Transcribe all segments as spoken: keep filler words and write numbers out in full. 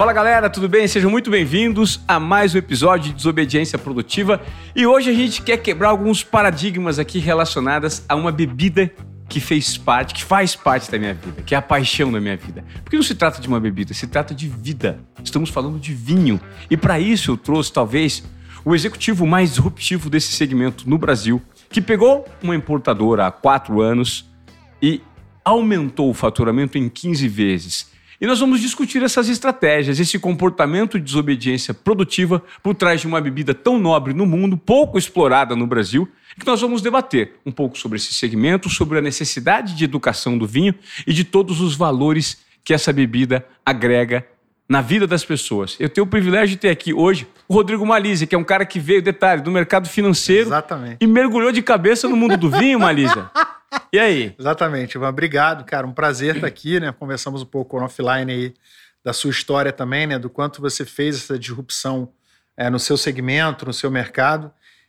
Fala galera, tudo bem? Sejam muito bem-vindos a mais um episódio de Desobediência Produtiva. E hoje a gente quer quebrar alguns paradigmas aqui relacionados a uma bebida que fez parte, que faz parte da minha vida, que é a paixão da minha vida. Porque não se trata de uma bebida, se trata de vida. Estamos falando de vinho. E para isso eu trouxe, talvez, o executivo mais disruptivo desse segmento no Brasil, que pegou uma importadora há quatro anos e aumentou o faturamento em quinze vezes. E nós vamos discutir essas estratégias, esse comportamento de desobediência produtiva por trás de uma bebida tão nobre no mundo, pouco explorada no Brasil, que nós vamos debater um pouco sobre esse segmento, sobre a necessidade de educação do vinho e de todos os valores que essa bebida agrega na vida das pessoas. Eu tenho o privilégio de ter aqui hoje o Rodrigo Malizia, que é um cara que veio, detalhe, do mercado financeiro. Exatamente. E mergulhou de cabeça no mundo do vinho, Malizia. E aí? Exatamente, Ivan. Obrigado, cara. Um prazer estar aqui, né? Conversamos um pouco offline aí da sua história também, né? Do quanto você fez essa disrupção é, no seu segmento, no seu mercado.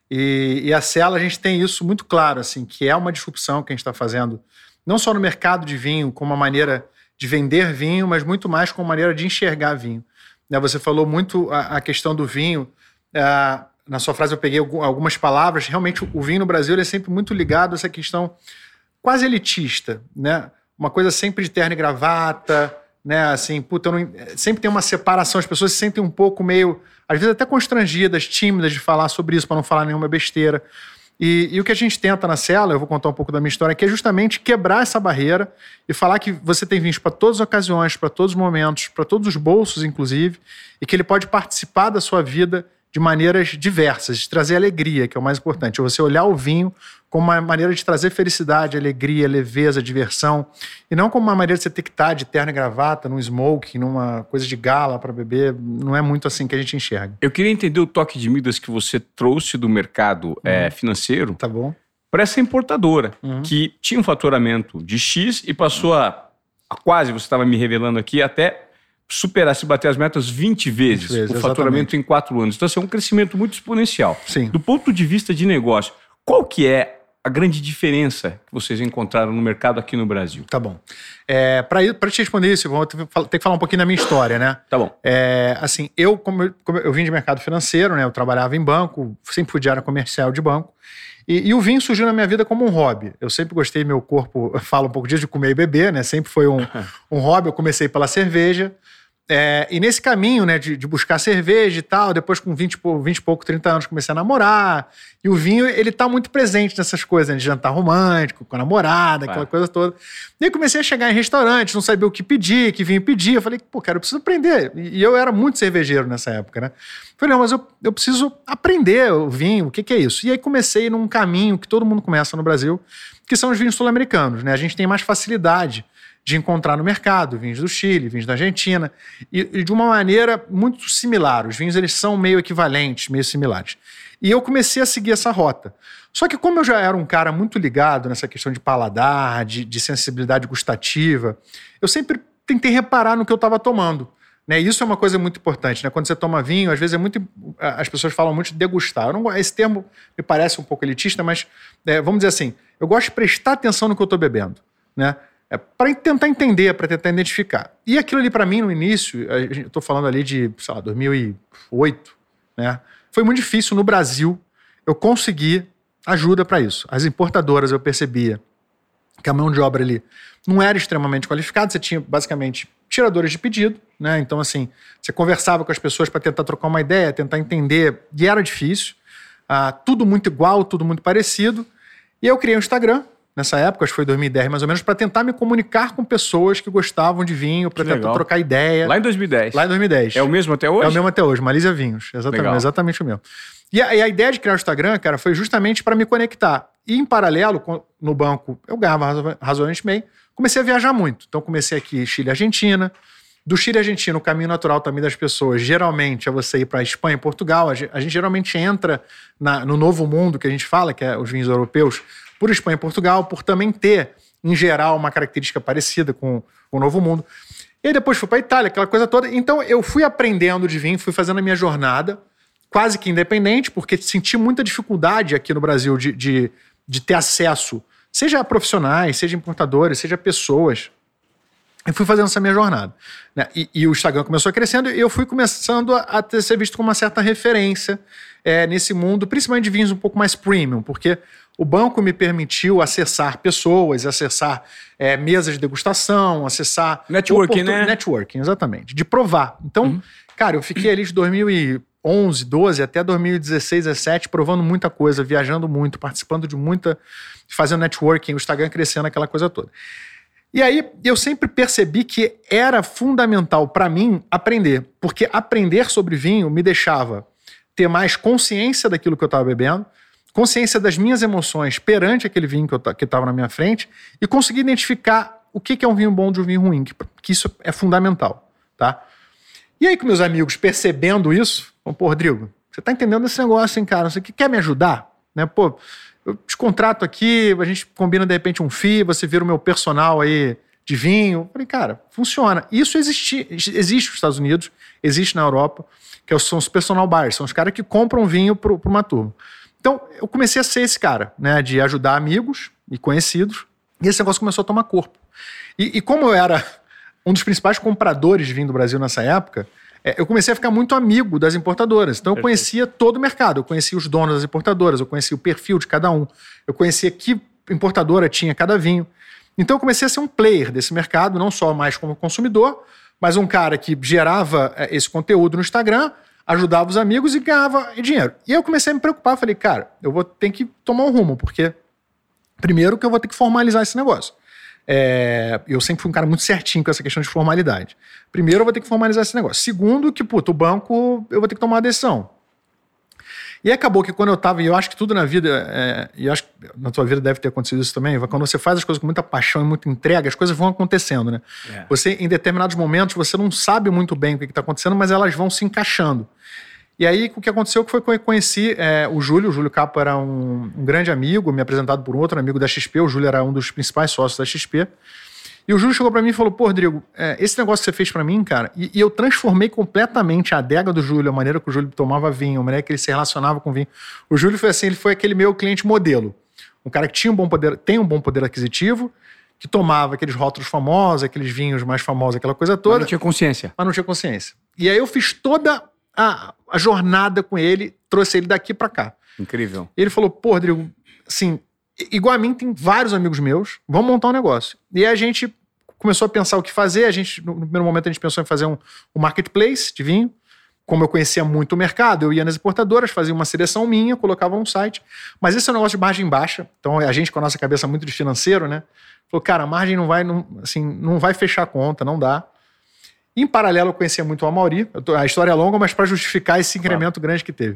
E, e a Cielo, a gente tem isso muito claro, assim, que é uma disrupção que a gente está fazendo, não só no mercado de vinho, como uma maneira de vender vinho, mas muito mais como maneira de enxergar vinho. Né? Você falou muito a, a questão do vinho. É, na sua frase eu peguei algumas palavras. Realmente o vinho no Brasil ele é sempre muito ligado a essa questão quase elitista, né? Uma coisa sempre de terno e gravata, né? Assim, puta, eu não... sempre tem uma separação, as pessoas se sentem um pouco meio, às vezes até constrangidas, tímidas de falar sobre isso, para não falar nenhuma besteira. E, e o que a gente tenta na Cielo, eu vou contar um pouco da minha história aqui, é justamente quebrar essa barreira e falar que você tem vinhos para todas as ocasiões, para todos os momentos, para todos os bolsos, inclusive, e que ele pode participar da sua vida de maneiras diversas, de trazer alegria, que é o mais importante. Você olhar o vinho como uma maneira de trazer felicidade, alegria, leveza, diversão, e não como uma maneira de você ter que estar de terno e gravata, num smoking, numa coisa de gala para beber. Não é muito assim que a gente enxerga. Eu queria entender o toque de Midas que você trouxe do mercado uhum. é, financeiro tá bom. para essa importadora, uhum. que tinha um faturamento de X e passou a, a quase, você estava me revelando aqui, até superar, se bater as metas vinte vezes, vinte vezes o faturamento exatamente. Em quatro anos. Então, assim, é um crescimento muito exponencial. Sim. Do ponto de vista de negócio, qual que é a grande diferença que vocês encontraram no mercado aqui no Brasil? Tá bom. É, para te responder isso, eu vou ter que falar um pouquinho da minha história, né? Tá bom. É, assim, eu como, eu, como eu vim de mercado financeiro, né? Eu trabalhava em banco, sempre fui de área comercial de banco. E, e o vinho surgiu na minha vida como um hobby. Eu sempre gostei, meu corpo fala um pouco disso, de comer e beber, né? Sempre foi um, um hobby. Eu comecei pela cerveja. É, e nesse caminho, né, de, de buscar cerveja e tal, depois com vinte, vinte e pouco, trinta anos, comecei a namorar. E o vinho, ele tá muito presente nessas coisas, né, de jantar romântico, com a namorada, aquela ah. coisa toda. E aí comecei a chegar em restaurantes, não sabia o que pedir, que vinho pedir. Eu falei, pô, cara, eu preciso aprender. E, e eu era muito cervejeiro nessa época, né? Falei, não, mas eu, eu preciso aprender o vinho, o que, que é isso? E aí comecei num caminho que todo mundo começa no Brasil, que são os vinhos sul-americanos, né? A gente tem mais facilidade de encontrar no mercado, vinhos do Chile, vinhos da Argentina, e, e de uma maneira muito similar. Os vinhos, eles são meio equivalentes, meio similares. E eu comecei a seguir essa rota. Só que como eu já era um cara muito ligado nessa questão de paladar, de, de sensibilidade gustativa, eu sempre tentei reparar no que eu estava tomando. Né? Isso é uma coisa muito importante. Né? Quando você toma vinho, às vezes é muito... As pessoas falam muito de degustar. Eu não, esse termo me parece um pouco elitista, mas é, vamos dizer assim, eu gosto de prestar atenção no que eu estou bebendo, né? É para tentar entender, para tentar identificar. E aquilo ali para mim no início, eu estou falando ali de, sei lá, dois mil e oito, né? Foi muito difícil no Brasil eu conseguir ajuda para isso. As importadoras eu percebia que a mão de obra ali não era extremamente qualificada, você tinha basicamente tiradores de pedido, né? Então assim, você conversava com as pessoas para tentar trocar uma ideia, tentar entender, e era difícil. Ah, tudo muito igual, tudo muito parecido. E eu criei um Instagram, nessa época, acho que foi dois mil e dez mais ou menos, para tentar me comunicar com pessoas que gostavam de vinho, para tentar legal. Trocar ideia. Lá em dois mil e dez? Lá em dois mil e dez. É o mesmo até hoje? É o mesmo até hoje, Malizia Vinhos, exatamente, exatamente o mesmo. E a, e a ideia de criar o Instagram, cara, foi justamente para me conectar. E em paralelo, no banco, eu ganhava razoavelmente bem, comecei a viajar muito. Então comecei aqui Chile e Argentina. Do Chile e Argentina, o caminho natural também das pessoas, geralmente, é você ir para Espanha e Portugal. A gente, a gente geralmente entra na, no novo mundo que a gente fala, que é os vinhos europeus, por Espanha e Portugal, por também ter, em geral, uma característica parecida com, com o Novo Mundo. E aí depois fui para a Itália, aquela coisa toda. Então eu fui aprendendo de vinho, fui fazendo a minha jornada, quase que independente, porque senti muita dificuldade aqui no Brasil de, de, de ter acesso, seja a profissionais, seja importadores, seja pessoas E fui fazendo essa minha jornada. Né? E, e o Instagram começou crescendo e eu fui começando a, a ter, ser visto como uma certa referência é, nesse mundo, principalmente de vinhos um pouco mais premium, porque o banco me permitiu acessar pessoas, acessar é, mesas de degustação, acessar... Networking, né? Networking, exatamente. De provar. Então, uhum. cara, eu fiquei ali de dois mil e onze, doze até dois mil e dezesseis, dezessete, provando muita coisa, viajando muito, participando de muita... fazendo networking, o Instagram crescendo, aquela coisa toda. E aí, eu sempre percebi que era fundamental para mim aprender, porque aprender sobre vinho me deixava ter mais consciência daquilo que eu estava bebendo, consciência das minhas emoções perante aquele vinho que estava na minha frente e conseguir identificar o que, que é um vinho bom de um vinho ruim, que, que isso é fundamental, tá? E aí, com meus amigos percebendo isso, falam, pô, Rodrigo, você tá entendendo esse negócio, hein, cara? Você quer me ajudar? Né? Pô, eu te contrato aqui, a gente combina de repente um F I I, você vira o meu personal aí de vinho. Eu falei, cara, funciona. Isso existe, existe nos Estados Unidos, existe na Europa, que são os personal buyers, são os caras que compram vinho para uma turma. Então, eu comecei a ser esse cara, né, de ajudar amigos e conhecidos, e esse negócio começou a tomar corpo. E, e como eu era um dos principais compradores de vinho do Brasil nessa época, é, eu comecei a ficar muito amigo das importadoras. Então, eu Perfeito. conhecia todo o mercado, eu conhecia os donos das importadoras, eu conhecia o perfil de cada um, eu conhecia que importadora tinha cada vinho. Então, eu comecei a ser um player desse mercado, não só mais como consumidor, mas um cara que gerava esse conteúdo no Instagram, ajudava os amigos e ganhava dinheiro. E aí eu comecei a me preocupar, falei, cara, eu vou ter que tomar um rumo, porque primeiro que eu vou ter que formalizar esse negócio. É, eu sempre fui um cara muito certinho com essa questão de formalidade. Primeiro eu vou ter que formalizar esse negócio. Segundo que, puto, o banco, eu vou ter que tomar uma decisão. E acabou que quando eu tava, e eu acho que tudo na vida, é, e eu acho que na tua vida deve ter acontecido isso também, quando você faz as coisas com muita paixão e muita entrega, as coisas vão acontecendo, né? É. Você, em determinados momentos, você não sabe muito bem o que está acontecendo, mas elas vão se encaixando. E aí, o que aconteceu foi que eu conheci é, o Júlio. O Júlio Capo era um, um grande amigo, me apresentado por um outro amigo da X P. O Júlio era um dos principais sócios da X P. E o Júlio chegou pra mim e falou, pô, Rodrigo, é, esse negócio que você fez pra mim, cara, e, e eu transformei completamente a adega do Júlio, a maneira que o Júlio tomava vinho, a maneira que ele se relacionava com vinho. O Júlio foi assim, ele foi aquele meu cliente modelo. Um cara que tinha um bom poder, tem um bom poder aquisitivo, que tomava aqueles rótulos famosos, aqueles vinhos mais famosos, aquela coisa toda. Mas não tinha consciência. Mas não tinha consciência. E aí eu fiz toda a, a jornada com ele, trouxe ele daqui pra cá. Incrível. E ele falou, pô, Rodrigo, assim, igual a mim, tem vários amigos meus, vamos montar um negócio. E aí a gente começou a pensar o que fazer. A gente, no primeiro momento, a gente pensou em fazer um, um marketplace de vinho. Como eu conhecia muito o mercado, eu ia nas importadoras, fazia uma seleção minha, colocava no site. Mas esse é um negócio de margem baixa. Então, a gente, com a nossa cabeça muito de financeiro, né? Falou, cara, a margem não vai, não, assim, não vai fechar a conta, não dá. Em paralelo, eu conhecia muito o Amaury. A história é longa, mas para justificar esse incremento claro. grande que teve.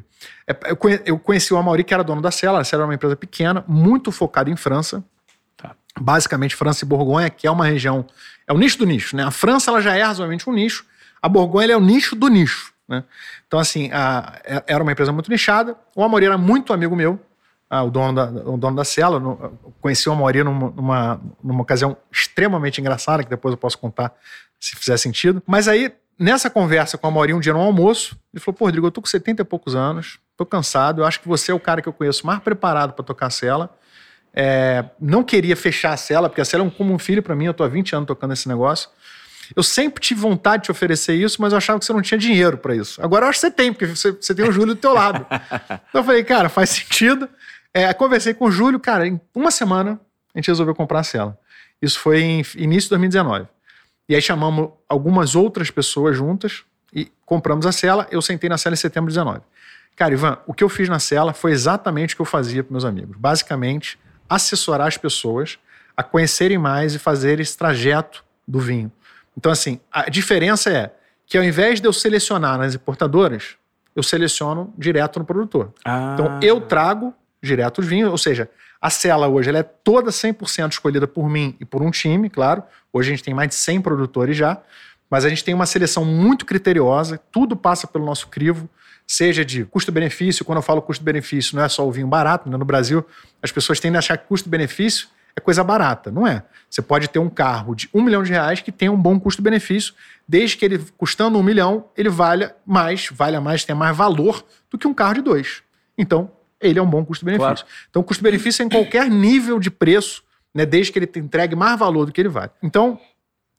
Eu conheci o Amaury, que era dono da Cella. A Cella era uma empresa pequena, muito focada em França. Tá. Basicamente, França e Borgonha, que é uma região... É o nicho do nicho, né? A França, ela já é razoavelmente um nicho. A Borgonha, ele é o nicho do nicho, né? Então, assim, a, era uma empresa muito nichada. O Amaury era muito amigo meu, a, o, dono da, o dono da Cella. No, conheci o Amaury numa, numa, numa ocasião extremamente engraçada, que depois eu posso contar, se fizer sentido. Mas aí, nessa conversa com o Amaury, um dia no almoço, ele falou, pô, Rodrigo, eu tô com setenta e poucos anos, tô cansado, eu acho que você é o cara que eu conheço mais preparado para tocar a Cella. É, não queria fechar a Cella, porque a Cella é como um filho para mim, eu tô há vinte anos tocando esse negócio. Eu sempre tive vontade de te oferecer isso, mas eu achava que você não tinha dinheiro para isso. Agora eu acho que você tem, porque você, você tem o Júlio do teu lado. Então eu falei, cara, faz sentido. É, conversei com o Júlio, cara, em uma semana a gente resolveu comprar a Cella. Isso foi em início de dois mil e dezenove. E aí chamamos algumas outras pessoas juntas e compramos a Cella. Eu sentei na Cella em setembro de dezenove. Cara, Ivan, o que eu fiz na Cella foi exatamente o que eu fazia para meus amigos. Basicamente, assessorar as pessoas a conhecerem mais e fazer esse trajeto do vinho. Então, assim, a diferença é que ao invés de eu selecionar nas importadoras, eu seleciono direto no produtor. Ah. Então, eu trago direto os vinhos, ou seja, a Cella hoje ela é toda cem por cento escolhida por mim e por um time, claro. Hoje a gente tem mais de cem produtores já, mas a gente tem uma seleção muito criteriosa, tudo passa pelo nosso crivo, seja de custo-benefício. Quando eu falo custo-benefício, não é só o vinho barato, né? No Brasil, as pessoas tendem a achar que custo-benefício é coisa barata. Não é. Você pode ter um carro de um milhão de reais que tem um bom custo-benefício, desde que ele, custando um milhão, ele valha mais, valha mais, tenha mais valor do que um carro de dois. Então, ele é um bom custo-benefício. Claro. Então, custo-benefício é em qualquer nível de preço, né? Desde que ele te entregue mais valor do que ele vale. Então,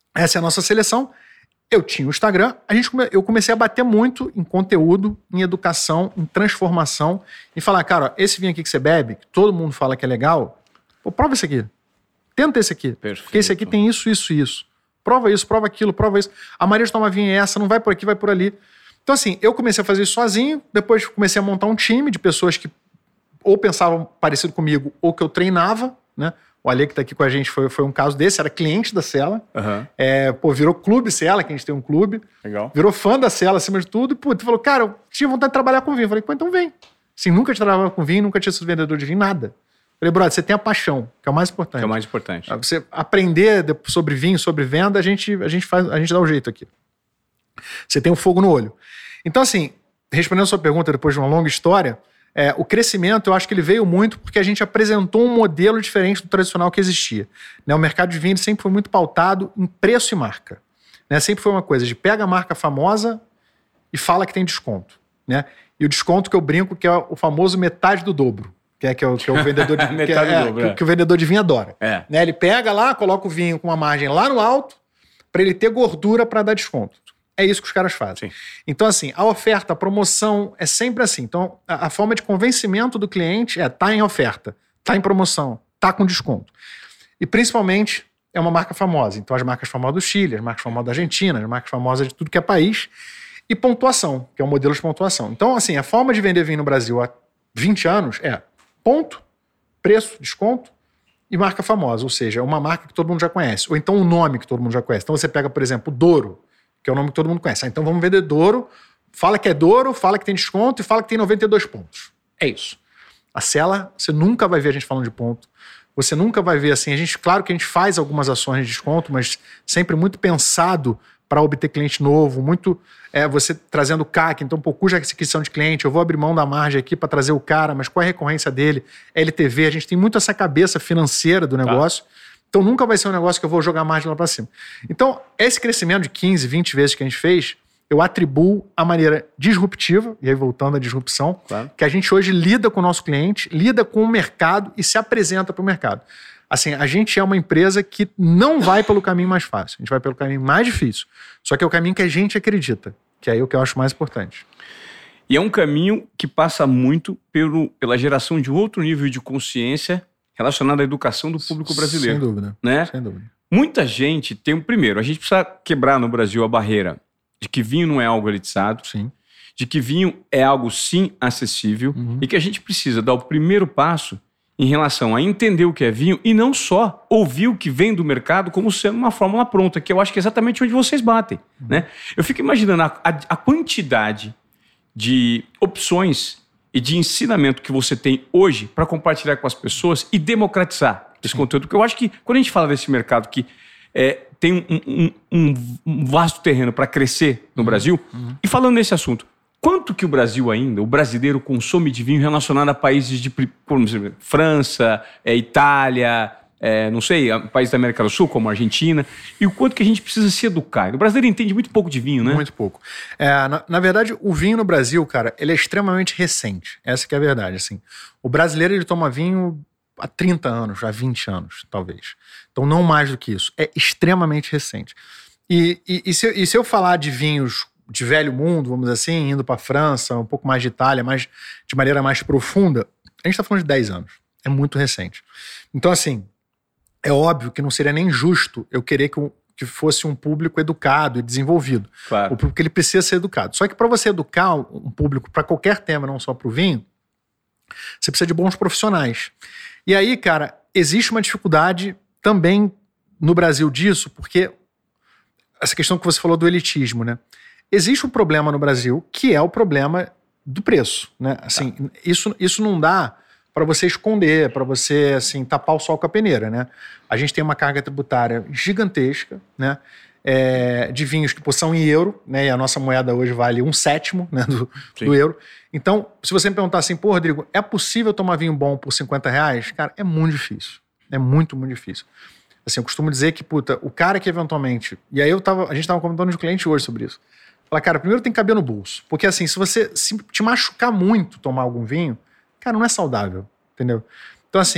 essa é a nossa seleção. Eu tinha o Instagram, a gente come, eu comecei a bater muito em conteúdo, em educação, em transformação, e falar, cara, ó, esse vinho aqui que você bebe, que todo mundo fala que é legal, pô, prova esse aqui. Tenta esse aqui. Perfeito. Porque esse aqui tem isso, isso, isso. Prova isso, prova aquilo, prova isso. A maneira de tomar vinho é essa, não vai por aqui, vai por ali. Então, assim, eu comecei a fazer isso sozinho, depois comecei a montar um time de pessoas que ou pensavam parecido comigo, ou que eu treinava, né? O Ale que tá aqui com a gente foi, foi um caso desse, era cliente da Sela. Uhum. É, pô, virou clube Sela, que a gente tem um clube. Legal. Virou fã da Sela acima de tudo. E, pô, tu falou, cara, eu tinha vontade de trabalhar com vinho. Eu falei, pô, então vem. Assim, nunca tinha trabalhado com vinho, nunca tinha sido vendedor de vinho, nada. Eu falei, brother, você tem a paixão, que é o mais importante. Que é o mais importante. Você aprender sobre vinho, sobre venda, a gente, a gente, faz, a gente dá o jeito aqui. Você tem o fogo no olho. Então, assim, respondendo a sua pergunta depois de uma longa história, é, o crescimento, eu acho que ele veio muito porque a gente apresentou um modelo diferente do tradicional que existia. Né? O mercado de vinho sempre foi muito pautado em preço e marca. Né? Sempre foi uma coisa de pega a marca famosa e fala que tem desconto. Né? E o desconto que eu brinco que é o famoso metade do dobro. Que é, que é, o, que é o vendedor de vinho. que, é, é, dobro, é. que, que o vendedor de vinho adora. É. Né? Ele pega lá, coloca o vinho com uma margem lá no alto para ele ter gordura para dar desconto. É isso que os caras fazem. Sim. Então, assim, a oferta, a promoção é sempre assim. Então, a, a forma de convencimento do cliente é tá em oferta, tá em promoção, tá com desconto. E, principalmente, é uma marca famosa. Então, as marcas famosas do Chile, as marcas famosas da Argentina, as marcas famosas de tudo que é país. E pontuação, que é um modelo de pontuação. Então, assim, a forma de vender vinho no Brasil há vinte anos é ponto, preço, desconto e marca famosa. Ou seja, é uma marca que todo mundo já conhece. Ou então um nome que todo mundo já conhece. Então, você pega, por exemplo, o Douro, que é o nome que todo mundo conhece. Ah, então vamos vender Douro, fala que é Douro, fala que tem desconto e fala que tem noventa e dois pontos. É isso. A Sela, você nunca vai ver a gente falando de ponto. Você nunca vai ver assim, a gente, claro que a gente faz algumas ações de desconto, mas sempre muito pensado para obter cliente novo, muito é, você trazendo o C A C, então, pô, cuja aquisição de cliente, eu vou abrir mão da margem aqui para trazer o cara, mas qual é a recorrência dele? L T V, a gente tem muito essa cabeça financeira do negócio. Tá. Então nunca vai ser um negócio que eu vou jogar margem lá para cima. Então, esse crescimento de quinze, vinte vezes que a gente fez, eu atribuo a maneira disruptiva, e aí voltando à disrupção, claro, que a gente hoje lida com o nosso cliente, lida com o mercado e se apresenta para o mercado. Assim, a gente é uma empresa que não vai pelo caminho mais fácil, a gente vai pelo caminho mais difícil. Só que é o caminho que a gente acredita, que é aí o que eu acho mais importante. E é um caminho que passa muito pelo, pela geração de outro nível de consciência relacionado à educação do público brasileiro. Sem dúvida. Né? Sem dúvida. Muita gente tem um primeiro, a gente precisa quebrar no Brasil a barreira de que vinho não é algo elitizado, sim, de que vinho é algo sim acessível, uhum, e que a gente precisa dar o primeiro passo em relação a entender o que é vinho e não só ouvir o que vem do mercado como sendo uma fórmula pronta, que eu acho que é exatamente onde vocês batem. Uhum. Né? Eu fico imaginando a, a, a quantidade de opções e de ensinamento que você tem hoje para compartilhar com as pessoas e democratizar esse Sim. conteúdo. Porque eu acho que quando a gente fala desse mercado que é, tem um, um, um vasto terreno para crescer no uhum. Brasil, uhum. e falando nesse assunto, quanto que o Brasil ainda, o brasileiro consome de vinho relacionado a países de, como dizer, França, é, Itália, é, não sei, países da América do Sul, como a Argentina, e o quanto que a gente precisa se educar. O brasileiro entende muito pouco de vinho, né? Muito pouco. É, na, na verdade, o vinho no Brasil, cara, ele é extremamente recente. Essa que é a verdade, assim. O brasileiro, ele toma vinho há trinta anos, há vinte anos, talvez. Então, não mais do que isso. É extremamente recente. E, e, e, se, e se eu falar de vinhos de velho mundo, vamos dizer assim, indo para a França, um pouco mais de Itália, mas de maneira mais profunda, a gente está falando de dez anos. É muito recente. Então, assim, é óbvio que não seria nem justo eu querer que, que fosse um público educado e desenvolvido. Claro. O público ele precisa ser educado. Só que para você educar um público para qualquer tema, não só para o vinho, você precisa de bons profissionais. E aí, cara, existe uma dificuldade também no Brasil disso, porque essa questão que você falou do elitismo, né? Existe um problema no Brasil que é o problema do preço, né? Assim, tá. isso, isso não dá para você esconder, para você assim, tapar o sol com a peneira, né? A gente tem uma carga tributária gigantesca, né? É, de vinhos que pô, são em euro, né? E a nossa moeda hoje vale um sétimo, né, do, do euro. Então, se você me perguntar assim, pô, Rodrigo, é possível tomar vinho bom por cinquenta reais? Cara, é muito difícil. É muito, muito difícil. Assim, eu costumo dizer que, puta, o cara que eventualmente... E aí eu tava, a gente tava comentando de um cliente hoje sobre isso. Fala, cara, primeiro tem que caber no bolso. Porque assim, se você se te machucar muito tomar algum vinho, cara, não é saudável, entendeu? Então assim,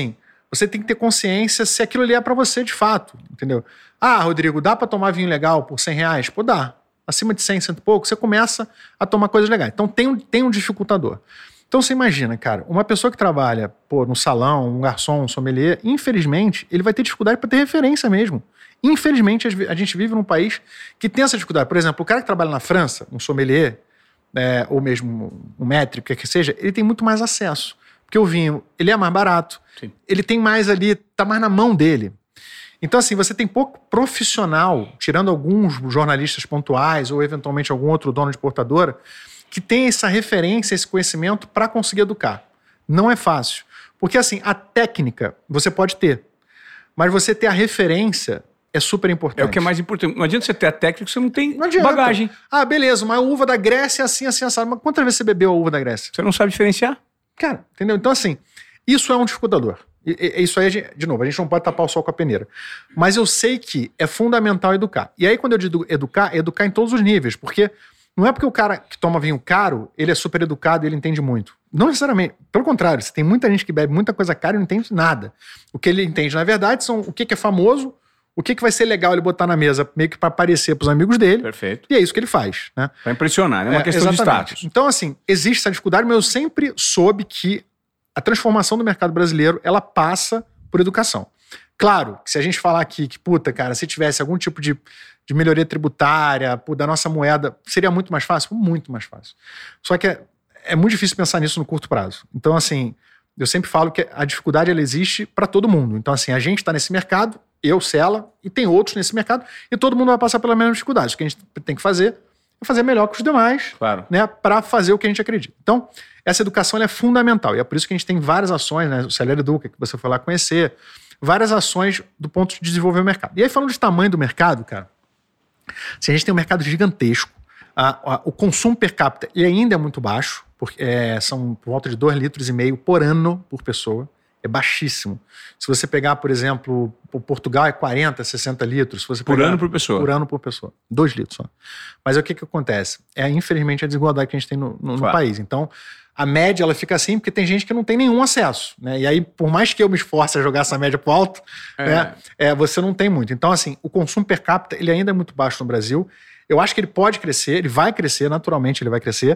você tem que ter consciência se aquilo ali é para você de fato, entendeu? Ah, Rodrigo, dá para tomar vinho legal por cem reais? Pô, dá. Acima de cem, cento e pouco, você começa a tomar coisas legais. Então tem um, tem um dificultador. Então você imagina, cara, uma pessoa que trabalha pô, no salão, um garçom, um sommelier, infelizmente, ele vai ter dificuldade para ter referência mesmo. Infelizmente, a gente vive num país que tem essa dificuldade. Por exemplo, o cara que trabalha na França, um sommelier, é, ou mesmo um métrico, que, que seja, ele tem muito mais acesso. Porque o vinho, ele é mais barato, Sim. ele tem mais ali, tá mais na mão dele. Então, assim, você tem pouco profissional, tirando alguns jornalistas pontuais ou, eventualmente, algum outro dono de portadora, que tem essa referência, esse conhecimento para conseguir educar. Não é fácil. Porque, assim, a técnica você pode ter, mas você ter a referência é super importante. É o que é mais importante. Não adianta você ter a técnica se você não tem não adianta. bagagem. Ah, beleza, mas a uva da Grécia é assim, assim, assado. Mas quantas vezes você bebeu a uva da Grécia? Você não sabe diferenciar? Cara, entendeu? Então, assim, isso é um dificultador. E, e, isso aí, de novo, a gente não pode tapar o sol com a peneira. Mas eu sei que é fundamental educar. E aí, quando eu digo educar, é educar em todos os níveis. Porque não é porque o cara que toma vinho caro, ele é super educado e ele entende muito. Não necessariamente. Pelo contrário, você tem muita gente que bebe muita coisa cara e não entende nada. O que ele entende, na verdade, são o que, que é famoso, o que, que vai ser legal ele botar na mesa meio que para aparecer pros amigos dele. Perfeito. E é isso que ele faz, né? Para impressionar, né? É uma é, questão exatamente. de status. Então, assim, existe essa dificuldade, mas eu sempre soube que a transformação do mercado brasileiro, ela passa por educação. Claro, que se a gente falar aqui que, puta, cara, se tivesse algum tipo de, de melhoria tributária, pô, da nossa moeda, seria muito mais fácil? Muito mais fácil. Só que é, é muito difícil pensar nisso no curto prazo. Então, assim, eu sempre falo que a dificuldade, ela existe para todo mundo. Então, assim, a gente está nesse mercado, eu, Cela, e tem outros nesse mercado, e todo mundo vai passar pelas mesmas dificuldades. O que a gente tem que fazer é fazer melhor que os demais, claro. né, para fazer o que a gente acredita. Então, essa educação ela é fundamental, e é por isso que a gente tem várias ações, né, o Celera Educa, que você foi lá conhecer, várias ações do ponto de desenvolver o mercado. E aí, falando de tamanho do mercado, cara, se a gente tem um mercado gigantesco, a, a, o consumo per capita ele ainda é muito baixo, porque é, são por volta de dois litros e meio por ano por pessoa. É baixíssimo. Se você pegar, por exemplo, o Portugal é quarenta, sessenta litros. Se você por pegar, ano por pessoa? Por ano por pessoa. Dois litros só. Mas o que que acontece? É, infelizmente, a desigualdade que a gente tem no, no, claro. no país. Então, a média, ela fica assim porque tem gente que não tem nenhum acesso, né? E aí, por mais que eu me esforce a jogar essa média pro alto, é. Né, é, você não tem muito. Então, assim, o consumo per capita, ele ainda é muito baixo no Brasil. Eu acho que ele pode crescer, ele vai crescer, naturalmente ele vai crescer.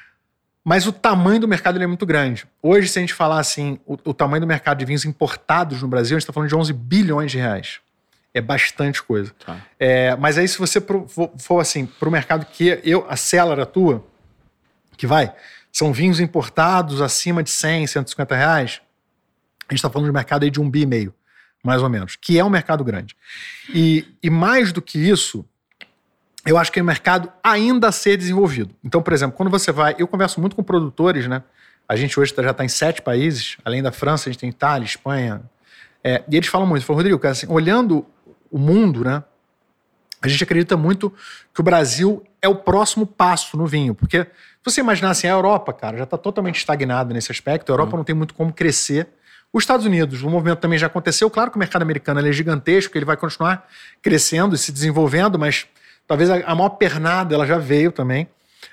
Mas o tamanho do mercado ele é muito grande. Hoje, se a gente falar assim, o, o tamanho do mercado de vinhos importados no Brasil, a gente está falando de onze bilhões de reais. É bastante coisa. Tá. É, mas aí, se você for, for assim, para o mercado que eu, a Cellar atua, que vai, são vinhos importados acima de cem, cento e cinquenta reais, a gente está falando de um mercado aí de um bi e meio, mais ou menos, que é um mercado grande. E, e mais do que isso, eu acho que é um mercado ainda a ser desenvolvido. Então, por exemplo, quando você vai... Eu converso muito com produtores, né? A gente hoje já está em sete países. Além da França, a gente tem Itália, Espanha. É, e eles falam muito. Falam, Rodrigo, cara, assim, olhando o mundo, né? A gente acredita muito que o Brasil é o próximo passo no vinho. Porque, se você imaginar assim, a Europa, cara, já está totalmente estagnada nesse aspecto. A Europa hum. não tem muito como crescer. Os Estados Unidos, o movimento também já aconteceu. Claro que o mercado americano ele é gigantesco, ele vai continuar crescendo e se desenvolvendo, mas... Talvez a maior pernada ela já veio também.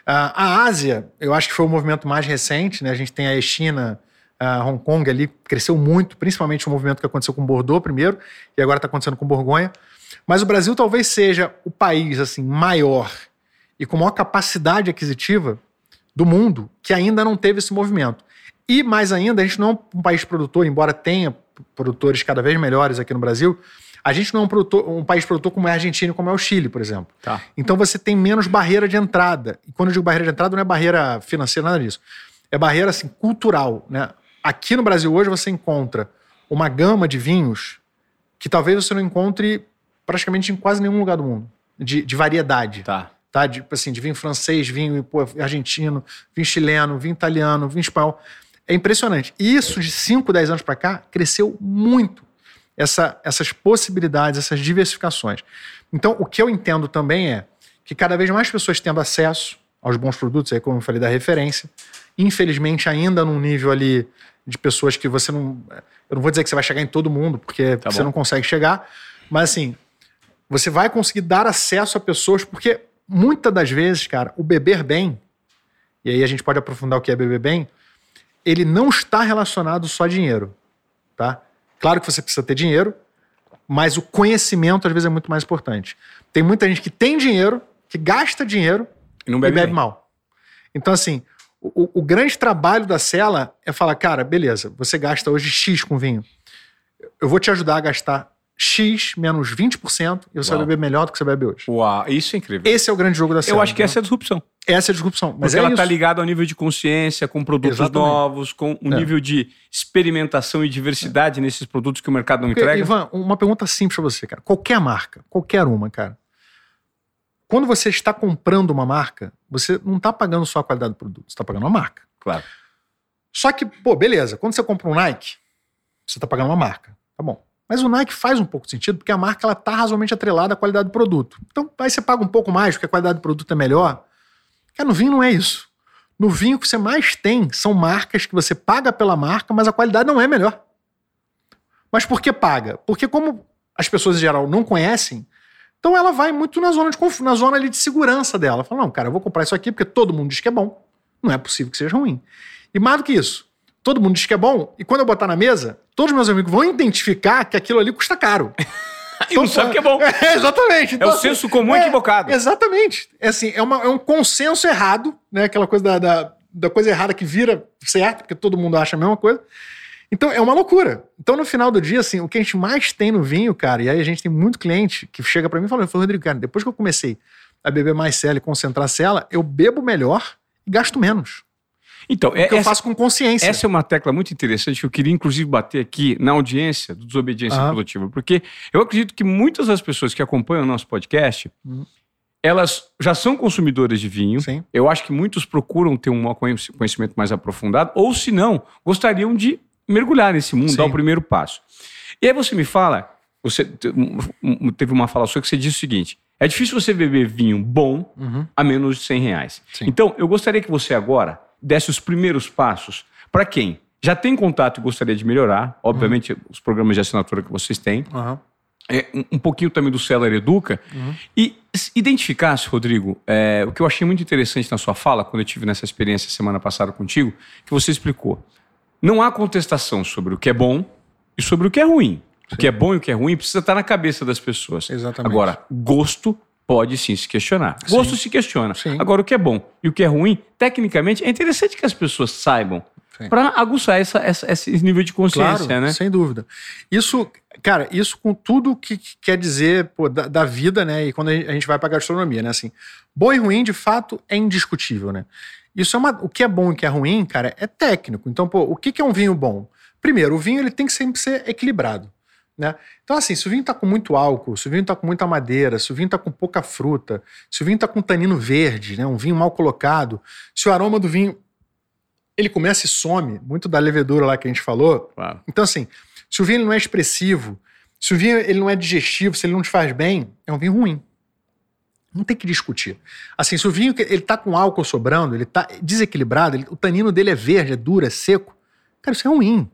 A Ásia, eu acho que foi o movimento mais recente, né? A gente tem a China, a Hong Kong ali, cresceu muito, principalmente o movimento que aconteceu com Bordeaux primeiro, e agora está acontecendo com Borgonha. Mas o Brasil talvez seja o país assim, maior e com maior capacidade aquisitiva do mundo que ainda não teve esse movimento. E mais ainda, a gente não é um país produtor, embora tenha produtores cada vez melhores aqui no Brasil. A gente não é um, produtor, um país produtor como é a Argentina, como é o Chile, por exemplo. Tá. Então você tem menos barreira de entrada. E quando eu digo barreira de entrada, não é barreira financeira, nada disso. É barreira assim, cultural, né? Aqui no Brasil hoje você encontra uma gama de vinhos que talvez você não encontre praticamente em quase nenhum lugar do mundo. De, de variedade. Tá. Tá? De, assim, de vinho francês, vinho pô, argentino, vinho chileno, vinho italiano, vinho espanhol. É impressionante. E isso de cinco, dez anos para cá cresceu muito. Essa, essas possibilidades, essas diversificações. Então, o que eu entendo também é que cada vez mais pessoas tendo acesso aos bons produtos, aí como eu falei da referência, infelizmente ainda num nível ali de pessoas que você não... Eu não vou dizer que você vai chegar em todo mundo, porque tá você bom. não consegue chegar, mas assim, você vai conseguir dar acesso a pessoas, porque muitas das vezes, cara, o beber bem, e aí a gente pode aprofundar o que é beber bem, ele não está relacionado só a dinheiro, tá? Claro que você precisa ter dinheiro, mas o conhecimento às vezes é muito mais importante. Tem muita gente que tem dinheiro, que gasta dinheiro e não bebe, e bebe mal. Então, assim, o, o grande trabalho da Sela é falar, cara, beleza, você gasta hoje X com vinho. Eu vou te ajudar a gastar X menos vinte por cento e você Uau. vai beber melhor do que você bebe hoje. Uau, isso é incrível. Esse é o grande jogo da Sela. Eu acho que essa é a disrupção. Essa é a disrupção. Mas Porque é ela isso. está ligada ao nível de consciência, com produtos Exatamente. novos, com um é. nível de experimentação e diversidade é. nesses produtos que o mercado não Porque, entrega. Ivan, uma pergunta simples para você, cara. Qualquer marca, qualquer uma, cara. Quando você está comprando uma marca, você não está pagando só a qualidade do produto, você está pagando uma marca. Claro. Só que, pô, beleza. Quando você compra um Nike, você está pagando uma marca. Tá bom. Mas o Nike faz um pouco de sentido, porque a marca ela tá razoavelmente atrelada à qualidade do produto. Então, aí você paga um pouco mais, porque a qualidade do produto é melhor. Cara, no vinho não é isso. No vinho o que você mais tem são marcas que você paga pela marca, mas a qualidade não é melhor. Mas por que paga? Porque como as pessoas em geral não conhecem, então ela vai muito na zona de, na zona ali de segurança dela. Fala, não, cara, eu vou comprar isso aqui porque todo mundo diz que é bom. Não é possível que seja ruim. E mais do que isso, todo mundo diz que é bom, e quando eu botar na mesa, todos os meus amigos vão identificar que aquilo ali custa caro. E não sabe que é bom. É, exatamente. Então, é o senso comum é, equivocado. Exatamente. É, assim, é, uma, é um consenso errado, né? Aquela coisa da, da, da coisa errada que vira certo, porque todo mundo acha a mesma coisa. Então, é uma loucura. Então, no final do dia, assim, o que a gente mais tem no vinho, cara, e aí a gente tem muito cliente que chega pra mim e fala, Rodrigo, cara, depois que eu comecei a beber mais Sela e concentrar Sela, eu bebo melhor e gasto menos. Então, é, que eu faço com consciência. Essa é uma tecla muito interessante que eu queria, inclusive, bater aqui na audiência do Desobediência uhum. Produtiva, porque eu acredito que muitas das pessoas que acompanham o nosso podcast, uhum. elas já são consumidoras de vinho. Sim. Eu acho que muitos procuram ter um conhecimento mais aprofundado, ou, se não, gostariam de mergulhar nesse mundo, Sim. dar o primeiro passo. E aí você me fala, você teve uma fala sua que você disse o seguinte, é difícil você beber vinho bom uhum. a menos de cem reais. Sim. Então, eu gostaria que você agora desse os primeiros passos para quem já tem contato e gostaria de melhorar, obviamente uhum. os programas de assinatura que vocês têm, uhum. é, um, um pouquinho também do Seller Educa, uhum. e identificasse, Rodrigo, é, o que eu achei muito interessante na sua fala, quando eu tive nessa experiência semana passada contigo, que você explicou. Não há contestação sobre o que é bom e sobre o que é ruim. Sim. O que é bom e o que é ruim precisa estar na cabeça das pessoas. Exatamente. Agora, gosto pode sim se questionar. Sim. Gosto se questiona. Sim. Agora, o que é bom e o que é ruim, tecnicamente, é interessante que as pessoas saibam para aguçar essa, essa, esse nível de consciência, claro, né? Sem dúvida. Isso, cara, isso com tudo que quer dizer pô, da, da vida, né? E quando a gente vai para a gastronomia, né? Assim, bom e ruim, de fato, é indiscutível, né? Isso é uma, o que é bom e o que é ruim, cara, é técnico. Então, pô, o que é um vinho bom? Primeiro, o vinho ele tem que sempre ser equilibrado, né? Então, assim, se o vinho tá com muito álcool, se o vinho tá com muita madeira, se o vinho tá com pouca fruta, se o vinho tá com tanino verde, né? Um vinho mal colocado, se o aroma do vinho ele começa e some, muito da levedura lá que a gente falou. Claro. Então, assim, se o vinho ele não é expressivo, se o vinho ele não é digestivo, se ele não te faz bem, é um vinho ruim. Não tem que discutir. Assim, se o vinho ele tá com álcool sobrando, ele tá desequilibrado, ele, o tanino dele é verde, é duro, é seco, cara, isso é ruim.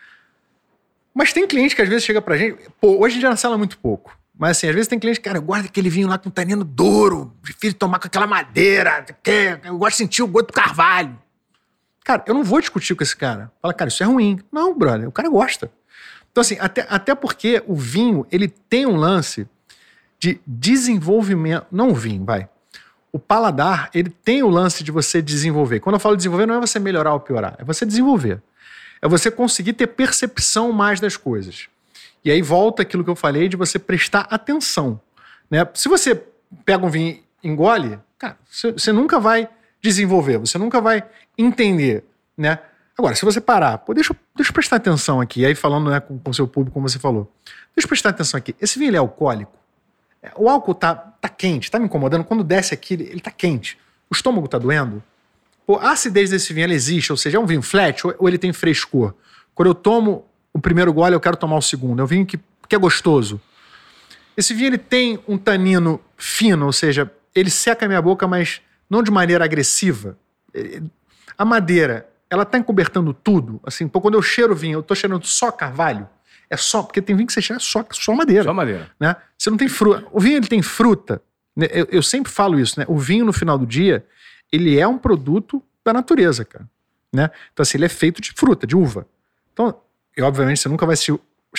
Mas tem cliente que às vezes chega pra gente, pô, hoje em dia na sala é muito pouco, mas assim, às vezes tem cliente que, cara, eu guardo aquele vinho lá com tanino duro, prefiro tomar com aquela madeira, eu gosto de sentir o gosto do carvalho. Cara, eu não vou discutir com esse cara. Fala, cara, isso é ruim. Não, brother, o cara gosta. Então assim, até, até porque o vinho, ele tem um lance de desenvolvimento, não o vinho, vai. O paladar, ele tem o lance de você desenvolver. Quando eu falo desenvolver, não é você melhorar ou piorar, é você desenvolver. É você conseguir ter percepção mais das coisas. E aí volta aquilo que eu falei de você prestar atenção, né? Se você pega um vinho e engole, cara, você, você nunca vai desenvolver, você nunca vai entender, né? Agora, se você parar, pô, deixa, deixa eu prestar atenção aqui, aí falando, né, com o seu público, como você falou, deixa eu prestar atenção aqui, esse vinho ele é alcoólico? O álcool tá, tá quente, tá me incomodando, quando desce aqui, ele, ele tá quente, o estômago tá doendo? Pô, a acidez desse vinho, ela existe, ou seja, é um vinho flat ou, ou ele tem frescor? Quando eu tomo o primeiro gole, eu quero tomar o segundo, é um vinho que, que é gostoso. Esse vinho, ele tem um tanino fino, ou seja, ele seca a minha boca, mas não de maneira agressiva. A madeira, ela tá encobertando tudo. Assim, pô, quando eu cheiro o vinho, eu tô cheirando só carvalho. É só, porque tem vinho que você cheira só, só madeira. Só madeira. Né? Você não tem fruta. O vinho, ele tem fruta. Né? Eu, eu sempre falo isso, né? O vinho, no final do dia, ele é um produto da natureza, cara. Né? Então, assim, ele é feito de fruta, de uva. Então, e, obviamente, você nunca vai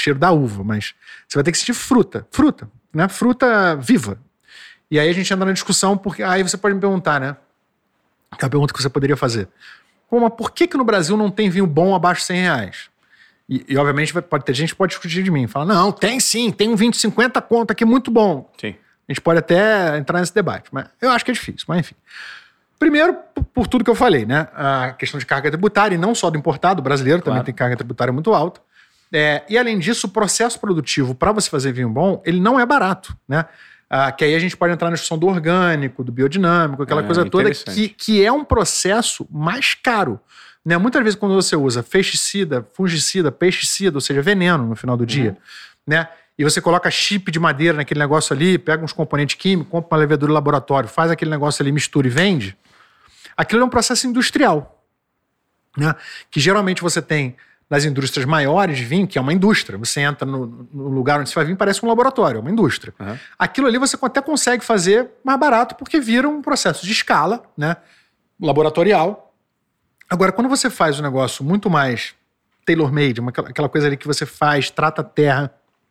cheiro da uva, mas você vai ter que sentir fruta, fruta, né? Fruta viva. E aí a gente entra na discussão, porque aí você pode me perguntar, né? Que é a pergunta que você poderia fazer. Pô, mas por que que no Brasil não tem vinho bom abaixo de cem reais? E, e obviamente pode ter gente que pode discutir de mim. Fala, não, tem sim, tem um vinho de cinquenta conto aqui muito bom. Sim. A gente pode até entrar nesse debate, mas eu acho que é difícil, mas enfim. Primeiro, por, por tudo que eu falei, né? A questão de carga tributária, e não só do importado, o brasileiro claro. Também tem carga tributária muito alta. É, e além disso, o processo produtivo para você fazer vinho bom, ele não é barato, né? Ah, que aí a gente pode entrar na discussão do orgânico, do biodinâmico, aquela é, coisa toda, que, que é um processo mais caro. Né? Muitas vezes quando você usa pesticida, fungicida, pesticida, ou seja, veneno no final do uhum. dia, né? E você coloca chip de madeira naquele negócio ali, pega uns componentes químicos, compra uma levedura de laboratório, faz aquele negócio ali, mistura e vende, aquilo é um processo industrial, né? Que geralmente você tem nas indústrias maiores de vinho, que é uma indústria. Você entra no, no lugar onde você vai vir, parece um laboratório, é uma indústria. Uhum. Aquilo ali você até consegue fazer mais barato, porque vira um processo de escala, né? Laboratorial. Agora, quando você faz um negócio muito mais tailor-made, uma, aquela coisa ali que você faz, trata a terra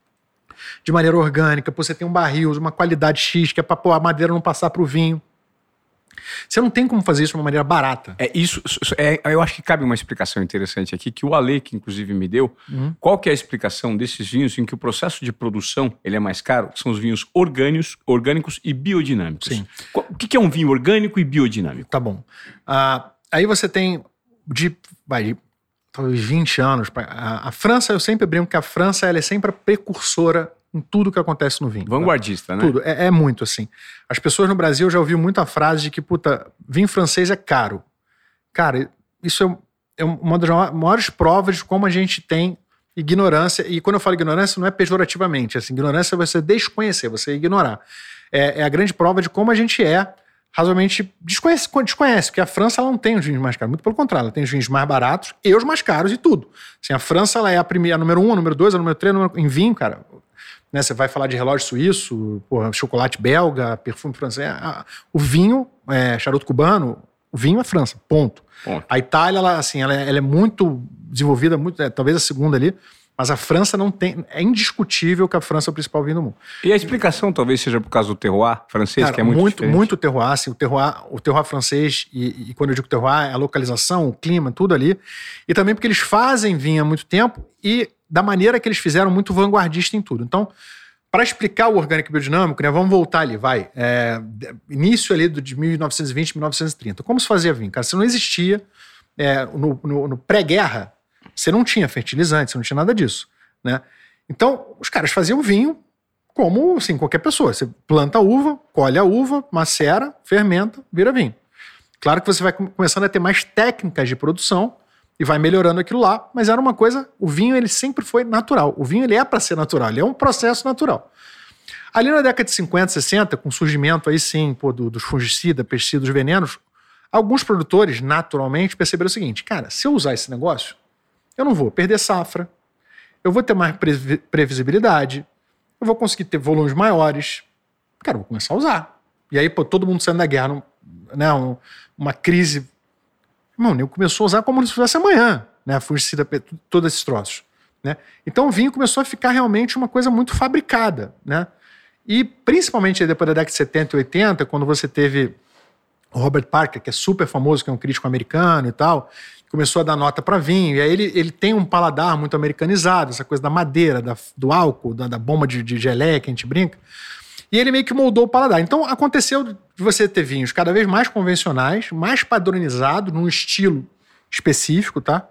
de maneira orgânica, você tem um barril de uma qualidade X, que é para a madeira não passar para o vinho. Você não tem como fazer isso de uma maneira barata. É isso. É, eu acho que cabe uma explicação interessante aqui, que o Ale, que inclusive me deu, uhum. qual que é a explicação desses vinhos em que o processo de produção ele é mais caro? São os vinhos orgânicos, orgânicos e biodinâmicos. Sim. O que é um vinho orgânico e biodinâmico? Tá bom. Uh, aí você tem de, vai, de talvez vinte anos. A, a França, eu sempre brinco que a França ela é sempre a precursora em tudo que acontece no vinho. Vanguardista, tá? né? Tudo. É, é muito assim. As pessoas no Brasil já ouviram muita frase de que, puta, vinho francês é caro. Cara, isso é, é uma das maiores provas de como a gente tem ignorância. E quando eu falo ignorância, não é pejorativamente. Assim, ignorância é você desconhecer, você ignorar. É, é a grande prova de como a gente é razoavelmente desconhece, desconhece, porque a França ela não tem os vinhos mais caros, muito pelo contrário, ela tem os vinhos mais baratos e os mais caros e tudo. Assim, a França ela é a primeira, a número um, a número dois, a número três, a número... em vinho, cara. Né, você vai falar de relógio suíço, porra, chocolate belga, perfume francês. A, o vinho, é, charuto cubano, o vinho é França, ponto. ponto. A Itália, ela, assim, ela, é, ela é muito desenvolvida, muito, é, talvez a segunda ali, mas a França não tem... É indiscutível que a França é o principal vinho do mundo. E a explicação talvez seja por causa do terroir francês, Cara, que é muito muito diferente? Muito terroir, assim, o terroir, o terroir francês, e, e quando eu digo terroir, é a localização, o clima, tudo ali. E também porque eles fazem vinho há muito tempo e da maneira que eles fizeram, muito vanguardista em tudo. Então, para explicar o orgânico e biodinâmico, né, vamos voltar ali, vai. É, início ali de mil novecentos e vinte, mil novecentos e trinta. Como se fazia vinho? Cara, você não existia, é, no, no, no pré-guerra, você não tinha fertilizante, você não tinha nada disso, né? Então, os caras faziam vinho como, assim, qualquer pessoa. Você planta a uva, colhe a uva, macera, fermenta, vira vinho. Claro que você vai começando a ter mais técnicas de produção e vai melhorando aquilo lá, mas era uma coisa... O vinho, ele sempre foi natural. O vinho, ele é para ser natural, ele é um processo natural. Ali na década de cinquenta, sessenta, com o surgimento aí sim, pô, do, dos fungicidas, pesticidas, venenos, alguns produtores, naturalmente, perceberam o seguinte, cara, se eu usar esse negócio, eu não vou perder safra, eu vou ter mais pre- previsibilidade, eu vou conseguir ter volumes maiores, cara, eu vou começar a usar. E aí, pô, todo mundo saindo da guerra, um, né, um, uma crise... Irmão, eu começou a usar como se fosse amanhã, né? Fungicida, todos esses troços, né? Então o vinho começou a ficar realmente uma coisa muito fabricada, né? E principalmente depois da década de setenta e oitenta, quando você teve o Robert Parker, que é super famoso, que é um crítico americano e tal, começou a dar nota para vinho, e aí ele, ele tem um paladar muito americanizado, essa coisa da madeira, da, do álcool, da, da bomba de, de geleia que a gente brinca, e ele meio que moldou o paladar. Então aconteceu de você ter vinhos cada vez mais convencionais, mais padronizados, num estilo específico, tá?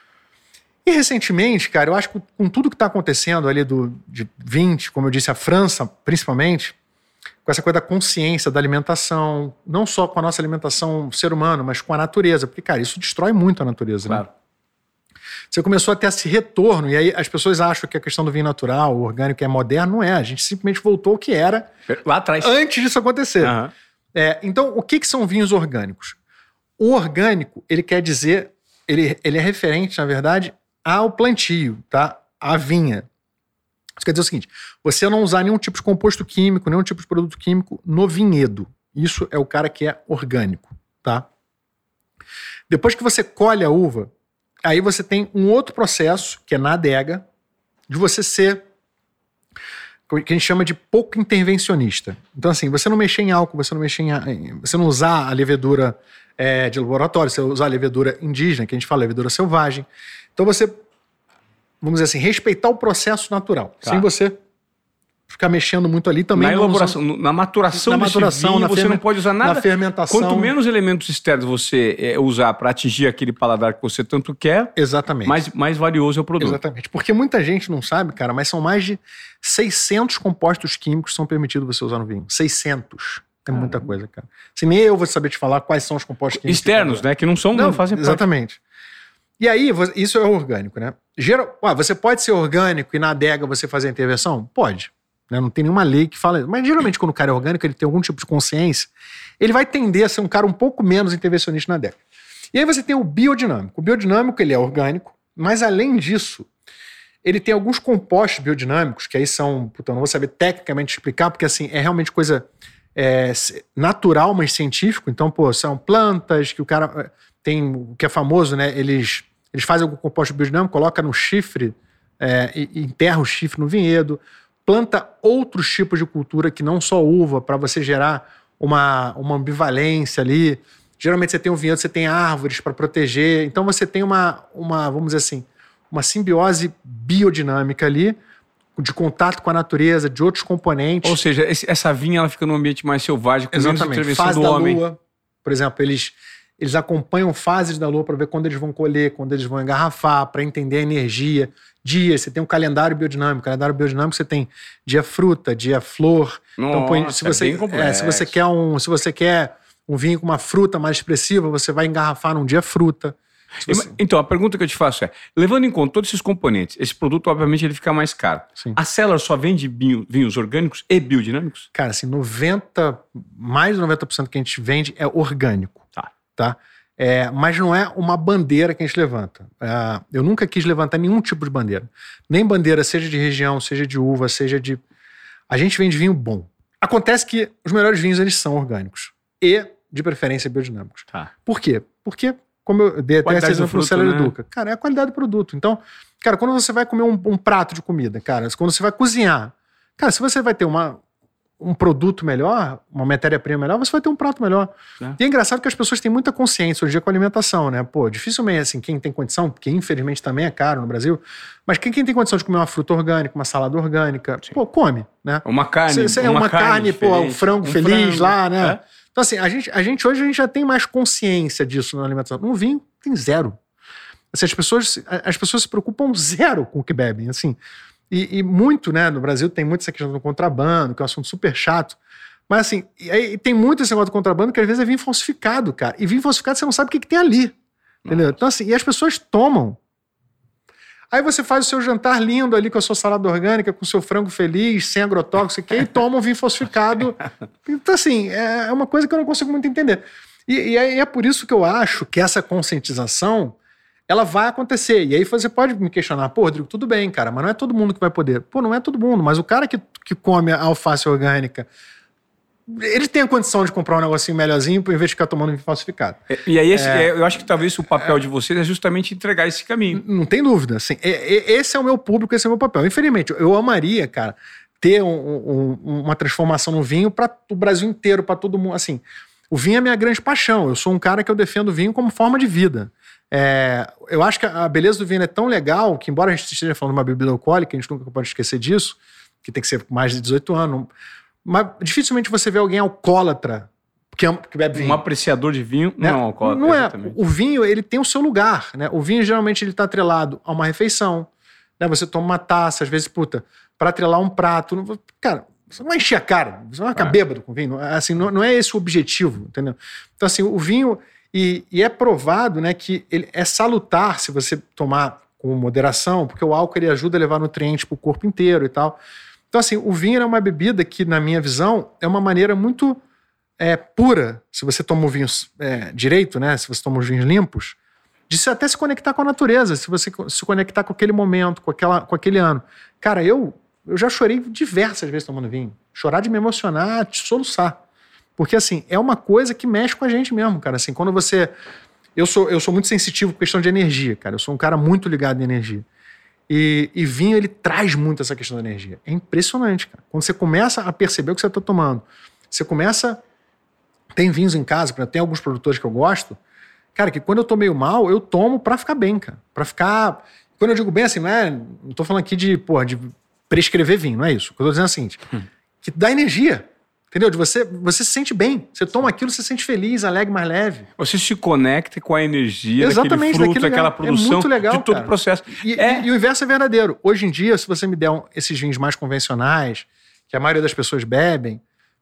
E recentemente, cara, eu acho que com tudo que está acontecendo ali do, de vinte, como eu disse, a França, principalmente, com essa coisa da consciência da alimentação, não só com a nossa alimentação ser humano, mas com a natureza, porque, cara, isso destrói muito a natureza, claro, né? Você começou a ter esse retorno, e aí as pessoas acham que a questão do vinho natural, o orgânico é moderno, não é. A gente simplesmente voltou ao que era lá atrás, antes disso acontecer. Uhum. É, então, o que, que são vinhos orgânicos? O orgânico, ele quer dizer, ele, ele é referente, na verdade, ao plantio, tá? À vinha. Isso quer dizer o seguinte, você não usar nenhum tipo de composto químico, nenhum tipo de produto químico no vinhedo. Isso é o cara que é orgânico, tá? Depois que você colhe a uva, aí você tem um outro processo, que é na adega, de você ser, que a gente chama de pouco intervencionista. Então, assim, você não mexer em álcool, você não mexer em, você não usar a levedura é, de laboratório, você usar a levedura indígena, que a gente fala levedura selvagem. Então, você, vamos dizer assim, respeitar o processo natural, tá. sem você ficar mexendo muito ali também. Na elaboração, usa... na maturação, na desse maturação, vinho, na você ferme... não pode usar nada. Na fermentação. Quanto menos elementos externos você é, usar para atingir aquele paladar que você tanto quer, exatamente. Mais, mais valioso é o produto. Exatamente. Porque muita gente não sabe, cara, mas são mais de seiscentos compostos químicos que são permitidos você usar no vinho. seiscentos. É ah, muita coisa, cara. Se nem eu vou saber te falar quais são os compostos químicos. Externos, que né? Que não são, não, não fazem parte. Exatamente. E aí, isso é orgânico, né? Geral... Ué, você pode ser orgânico e na adega você fazer a intervenção? Pode. Não tem nenhuma lei que fala. Mas geralmente, quando o cara é orgânico, ele tem algum tipo de consciência, ele vai tender a ser um cara um pouco menos intervencionista na adega. E aí você tem o biodinâmico. O biodinâmico, ele é orgânico, mas além disso, ele tem alguns compostos biodinâmicos, que aí são. Puta, eu não vou saber tecnicamente explicar, porque assim, é realmente coisa é, natural, mas científico. Então, pô, são plantas que o cara tem, o que é famoso, né? Eles, eles fazem algum composto biodinâmico, coloca no chifre é, e, e enterra o chifre no vinhedo. Planta outros tipos de cultura que não só uva, para você gerar uma, uma ambivalência ali. Geralmente você tem um vinhedo, você tem árvores para proteger. Então você tem uma, uma, vamos dizer assim, uma simbiose biodinâmica ali, de contato com a natureza, de outros componentes. Ou seja, esse, essa vinha ela fica num ambiente mais selvagem, com menos intervenção Fase do da homem. Lua, por exemplo, eles, eles acompanham fases da lua para ver quando eles vão colher, quando eles vão engarrafar, para entender a energia. Dias, você tem um calendário biodinâmico. Calendário biodinâmico você tem dia fruta, dia flor. Nossa, então, põe, se, você, é bem complexo. é, se você quer um, se você quer um vinho com uma fruta mais expressiva, você vai engarrafar num dia fruta. Você... Então, a pergunta que eu te faço é, levando em conta todos esses componentes, esse produto, obviamente, ele fica mais caro. Sim. A Cellar só vende vinho, vinhos orgânicos e biodinâmicos? Cara, assim, noventa, mais de noventa por cento que a gente vende é orgânico. Tá. Tá? É, mas não é uma bandeira que a gente levanta. É, eu nunca quis levantar nenhum tipo de bandeira. Nem bandeira, seja de região, seja de uva, seja de... A gente vende vinho bom. Acontece que os melhores vinhos, eles são orgânicos. E, de preferência, biodinâmicos. Tá. Por quê? Porque, como eu dei até esse exemplo no Célere Educa, cara, é a qualidade do produto. Então, cara, quando você vai comer um, um prato de comida, cara, quando você vai cozinhar, cara, se você vai ter uma... um produto melhor, uma matéria-prima melhor, você vai ter um prato melhor. É. E é engraçado que as pessoas têm muita consciência hoje em dia com a alimentação, né? Pô, dificilmente, assim, quem tem condição, porque infelizmente também é caro no Brasil, mas quem, quem tem condição de comer uma fruta orgânica, uma salada orgânica, sim, pô, come, né? Uma carne, cê, cê, uma, uma carne, carne pô, um frango um feliz frango, lá, né? É. Então, assim, a gente, a gente hoje a gente já tem mais consciência disso na alimentação. No vinho, tem zero. Assim, as pessoas, as pessoas se preocupam zero com o que bebem, assim. E, e muito, né, no Brasil tem muito essa questão do contrabando, que é um assunto super chato. Mas assim, e aí tem muito esse negócio do contrabando que às vezes é vinho falsificado, cara. E vinho falsificado você não sabe o que, que tem ali. Entendeu? Então assim, e as pessoas tomam. Aí você faz o seu jantar lindo ali com a sua salada orgânica, com o seu frango feliz, sem agrotóxico, e toma um vinho falsificado. Então assim, é uma coisa que eu não consigo muito entender. E, e é por isso que eu acho que essa conscientização... ela vai acontecer. E aí você pode me questionar, pô, Rodrigo, tudo bem, cara, mas não é todo mundo que vai poder. Pô, não é todo mundo, mas o cara que, que come a alface orgânica, ele tem a condição de comprar um negocinho melhorzinho em vez de ficar tomando vinho falsificado. É, e aí, esse, é, eu acho que talvez o papel é, de vocês é justamente entregar esse caminho. Não tem dúvida. Assim, é, esse é o meu público, esse é o meu papel. Infelizmente, eu amaria, cara, ter um, um, uma transformação no vinho para o Brasil inteiro, para todo mundo. Assim, o vinho é minha grande paixão. Eu sou um cara que eu defendo o vinho como forma de vida. É, eu acho que a beleza do vinho é tão legal que, embora a gente esteja falando de uma bebida alcoólica, a gente nunca pode esquecer disso, que tem que ser com mais de dezoito anos, mas dificilmente você vê alguém alcoólatra que, ama, que bebe vinho. Um apreciador de vinho, né? Não é um alcoólatra. Não é. Exatamente. O vinho, ele tem o seu lugar, né? O vinho, geralmente, ele está atrelado a uma refeição, né? Você toma uma taça, às vezes, puta, para atrelar um prato. Cara, você não vai encher a cara, você não vai ficar é. bêbado com vinho. Assim, não, não é esse o objetivo, entendeu? Então, assim, o vinho... E, e é provado, né, que ele é salutar se você tomar com moderação, porque o álcool ele ajuda a levar nutrientes para o corpo inteiro e tal. Então, assim, o vinho é uma bebida que, na minha visão, é uma maneira muito é, pura, se você toma o vinho é, direito, né, se você toma os vinhos limpos, de se até se conectar com a natureza, se você se conectar com aquele momento, com, aquela, com aquele ano. Cara, eu, eu já chorei diversas vezes tomando vinho. Chorar de me emocionar, de soluçar. Porque, assim, é uma coisa que mexe com a gente mesmo, cara. Assim, quando você... Eu sou, eu sou muito sensitivo com questão de energia, cara. Eu sou um cara muito ligado em energia. E, e vinho, ele traz muito essa questão da energia. É impressionante, cara. Quando você começa a perceber o que você está tomando, você começa... Tem vinhos em casa, tem alguns produtores que eu gosto, cara, que quando eu tô meio mal, eu tomo pra ficar bem, cara. Pra ficar... Quando eu digo bem assim, não é... Não tô falando aqui de, porra, de prescrever vinho, não é isso. O que eu tô dizendo é o seguinte, hum. que dá energia. Entendeu? De você, você se sente bem. Você toma aquilo, você se sente feliz, alegre, mais leve. Você se conecta com a energia Exatamente, daquele fruto, daquela produção, é muito legal, de todo cara. o processo. E, é... e, e o inverso é verdadeiro. Hoje em dia, se você me der um, esses vinhos mais convencionais, que a maioria das pessoas bebem,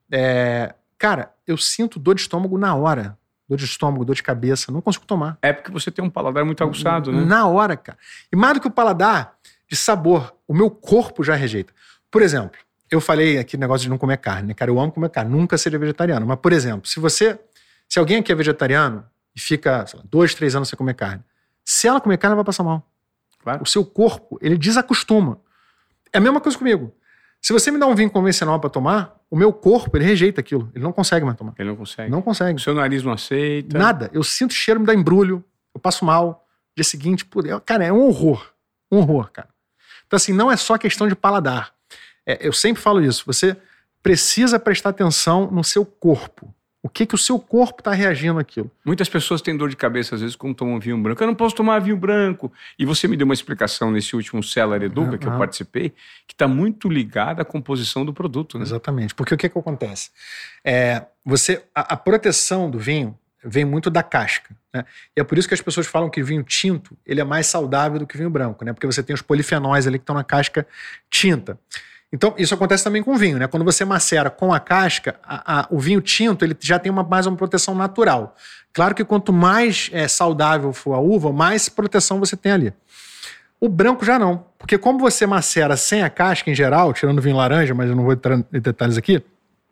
é, cara, eu sinto dor de estômago na hora. Dor de estômago, dor de cabeça, não consigo tomar. É porque você tem um paladar muito aguçado, né? Na hora, cara. E mais do que o paladar, de sabor, o meu corpo já rejeita. Por exemplo, eu falei aqui o negócio de não comer carne, né? Cara, eu amo comer carne, nunca seria vegetariano. Mas, por exemplo, se você... Se alguém aqui é vegetariano e fica, sei lá, dois, três anos sem comer carne, se ela comer carne, ela vai passar mal. Claro. O seu corpo, ele desacostuma. É a mesma coisa comigo. Se você me dá um vinho convencional para tomar, o meu corpo, ele rejeita aquilo. Ele não consegue mais tomar. Ele não consegue. Não consegue. O seu nariz não aceita. Nada. Eu sinto o cheiro, me dá embrulho, eu passo mal. Dia seguinte, pô, cara, é um horror. Um horror, cara. Então, assim, não é só questão de paladar. É, eu sempre falo isso. Você precisa prestar atenção no seu corpo. O que que o seu corpo está reagindo àquilo. Muitas pessoas têm dor de cabeça, às vezes, quando tomam vinho branco. Eu não posso tomar vinho branco. E você me deu uma explicação nesse último Cellar Educa, uhum. que eu participei, que está muito ligada à composição do produto. Né? Exatamente. Porque o que que acontece? É, você, a, a proteção do vinho vem muito da casca. Né? E é por isso que as pessoas falam que vinho tinto ele é mais saudável do que vinho branco. Né? Porque você tem os polifenóis ali que estão na casca tinta. Então, isso acontece também com o vinho, né? Quando você macera com a casca, a, a, o vinho tinto ele já tem uma, mais uma proteção natural. Claro que quanto mais é, saudável for a uva, mais proteção você tem ali. O branco já não, porque como você macera sem a casca em geral, tirando o vinho laranja, mas eu não vou entrar em detalhes aqui,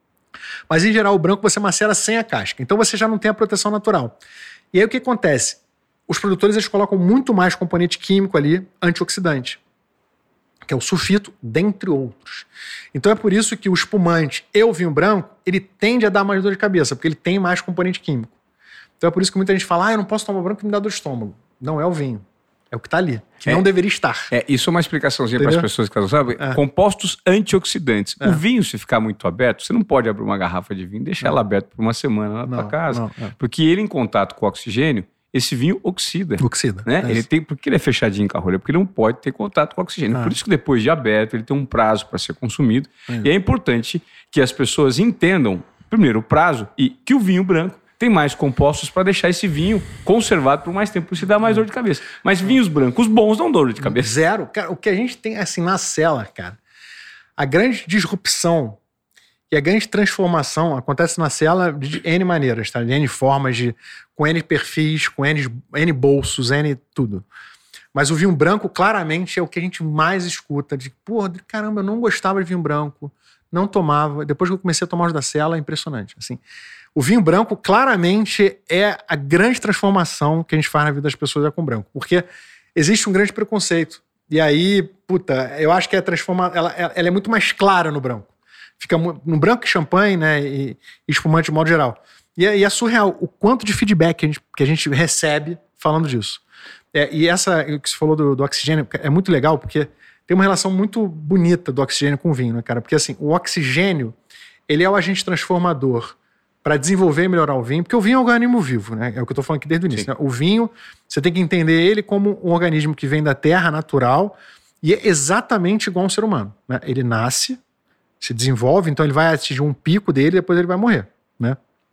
mas em geral o branco você macera sem a casca, então você já não tem a proteção natural. E aí o que acontece? Os produtores eles colocam muito mais componente químico ali, antioxidante, que é o sulfito, dentre outros. Então é por isso que o espumante e o vinho branco, ele tende a dar mais dor de cabeça, porque ele tem mais componente químico. Então é por isso que muita gente fala, ah, eu não posso tomar branco que me dá dor de estômago. Não é o vinho, é o que está ali, que é, não deveria estar. É, isso é uma explicaçãozinha para as pessoas que não sabem. É. Compostos antioxidantes. É. O vinho, se ficar muito aberto, você não pode abrir uma garrafa de vinho e deixar não. ela aberta por uma semana na tua casa. Não, é. Porque ele, em contato com o oxigênio, esse vinho oxida. Oxida. Né? É ele tem, porque ele é fechadinho com a rolha, porque ele não pode ter contato com o oxigênio. Ah. Por isso que depois de aberto, ele tem um prazo para ser consumido. É. E é importante que as pessoas entendam, primeiro, o prazo e que o vinho branco tem mais compostos para deixar esse vinho conservado por mais tempo, por isso dá mais dor de cabeça. Mas vinhos brancos bons não dão dor de cabeça. Zero. Cara, o que a gente tem, assim, na cela, cara, a grande disrupção e a grande transformação acontece na cela de N maneiras, tá? De N formas, de, com N perfis, com N, N bolsos, N tudo. Mas o vinho branco, claramente, é o que a gente mais escuta. De, porra, caramba, eu não gostava de vinho branco, não tomava. Depois que eu comecei a tomar os da cela, é impressionante. Assim, o vinho branco, claramente, é a grande transformação que a gente faz na vida das pessoas é com branco. Porque existe um grande preconceito. E aí, puta, eu acho que a transforma, ela, ela é muito mais clara no branco. Fica no branco e champanhe, né, e, e espumante de modo geral. E é, e é surreal o quanto de feedback que a gente, que a gente recebe falando disso. É, e essa, o que você falou do, do oxigênio, é muito legal, porque tem uma relação muito bonita do oxigênio com o vinho, né, cara? Porque, assim, o oxigênio, ele é o agente transformador para desenvolver e melhorar o vinho, porque o vinho é um organismo vivo, né? É o que eu tô falando aqui desde o início. Né? O vinho, você tem que entender ele como um organismo que vem da terra, natural, e é exatamente igual a um ser humano, né? Ele nasce, se desenvolve, então ele vai atingir um pico dele e depois ele vai morrer, né?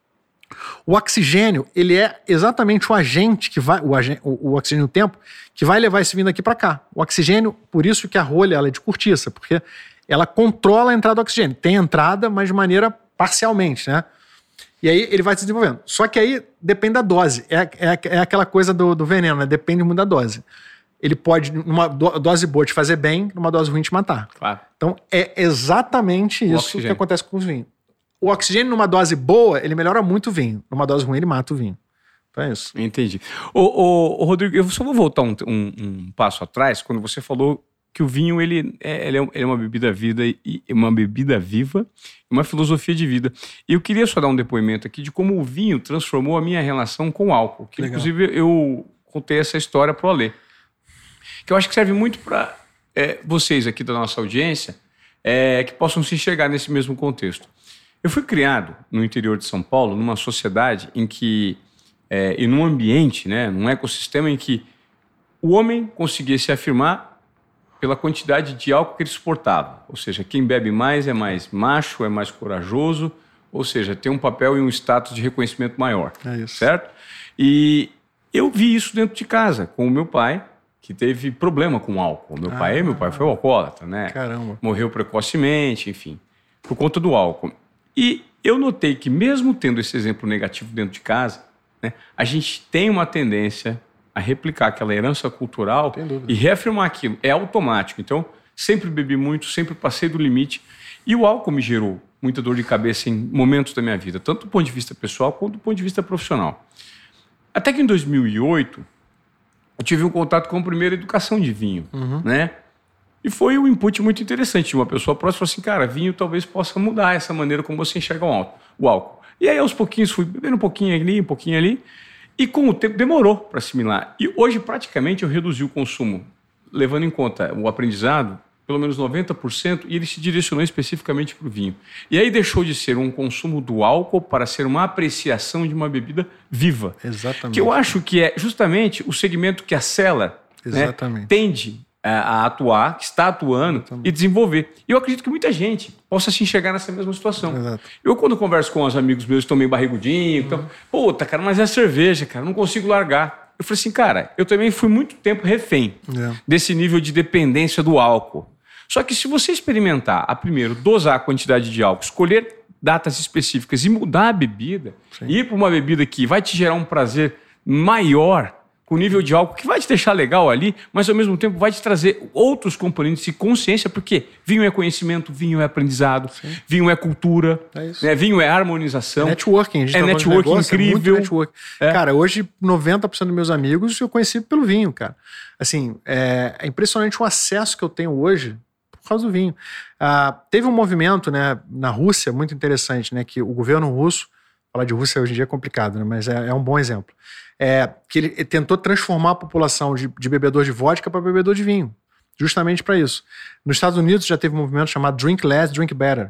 O oxigênio, ele é exatamente o agente que vai, o, agente, o, o oxigênio do tempo, que vai levar esse vinho daqui para cá. O oxigênio, por isso que a rolha ela é de cortiça, porque ela controla a entrada do oxigênio. Tem entrada, mas de maneira parcialmente, né? E aí ele vai se desenvolvendo. Só que aí depende da dose. É, é, é aquela coisa do, do veneno, né? Depende muito da dose. Ele pode, numa dose boa, te fazer bem, numa dose ruim te matar. Claro. Então, é exatamente isso oxigênio. Que acontece com os vinhos. O oxigênio, numa dose boa, ele melhora muito o vinho. Numa dose ruim, ele mata o vinho. Então é isso. Entendi. Ô, ô, ô Rodrigo, eu só vou voltar um, um, um passo atrás, quando você falou que o vinho ele é, ele é uma bebida vida e uma bebida viva, uma filosofia de vida. E eu queria só dar um depoimento aqui de como o vinho transformou a minha relação com o álcool. Que, inclusive, eu contei essa história pro Alê. Que eu acho que serve muito para é, vocês aqui da nossa audiência é, que possam se enxergar nesse mesmo contexto. Eu fui criado no interior de São Paulo, numa sociedade em que, é, e num ambiente, né, num ecossistema em que o homem conseguia se afirmar pela quantidade de álcool que ele suportava. Ou seja, quem bebe mais é mais macho, é mais corajoso, ou seja, tem um papel e um status de reconhecimento maior. É isso. Certo? E eu vi isso dentro de casa, com o meu pai, que teve problema com o álcool. Meu ah, pai, meu pai foi alcoólatra, né? Caramba. Morreu precocemente, enfim, por conta do álcool. E eu notei que mesmo tendo esse exemplo negativo dentro de casa, né, a gente tem uma tendência a replicar aquela herança cultural e reafirmar aquilo. É automático. Então, sempre bebi muito, sempre passei do limite. E o álcool me gerou muita dor de cabeça em momentos da minha vida, tanto do ponto de vista pessoal quanto do ponto de vista profissional. Até que em dois mil e oito, eu tive um contato com a primeira educação de vinho, uhum. né? E foi um input muito interessante. Uma pessoa próxima falou assim, cara, vinho talvez possa mudar essa maneira como você enxerga o álcool. E aí, aos pouquinhos, fui bebendo um pouquinho ali, um pouquinho ali. E com o tempo demorou para assimilar. E hoje, praticamente, eu reduzi o consumo, levando em conta o aprendizado, pelo menos noventa por cento, e ele se direcionou especificamente para o vinho. E aí deixou de ser um consumo do álcool para ser uma apreciação de uma bebida viva. Exatamente. Que eu acho que é justamente o segmento que a Cela, né, tende a, a atuar, que está atuando Exatamente. E desenvolver. E eu acredito que muita gente possa se enxergar nessa mesma situação. Exato. Eu, quando converso com os amigos meus que estão meio barrigudinhos, uhum. então, puta, cara, mas é a cerveja, cara, não consigo largar. Eu falei assim, cara, eu também fui muito tempo refém é. desse nível de dependência do álcool. Só que se você experimentar, a primeiro, dosar a quantidade de álcool, escolher datas específicas e mudar a bebida, Sim. ir para uma bebida que vai te gerar um prazer maior, com nível de álcool que vai te deixar legal ali, mas ao mesmo tempo vai te trazer outros componentes de consciência, porque vinho é conhecimento, vinho é aprendizado, Sim. vinho é cultura, é isso. Né? Vinho é harmonização. É networking. A gente é tá networking negócio, incrível. É muito networking. É. Cara, hoje noventa por cento dos meus amigos eu conheci pelo vinho, cara. Assim, é, é impressionante o acesso que eu tenho hoje por causa do vinho. Ah, teve um movimento, né, na Rússia muito interessante, né, que o governo russo, falar de Rússia hoje em dia é complicado, né, mas é, é um bom exemplo, é, que ele tentou transformar a população de, de bebedor de vodka para bebedor de vinho, justamente para isso. Nos Estados Unidos já teve um movimento chamado Drink Less, Drink Better.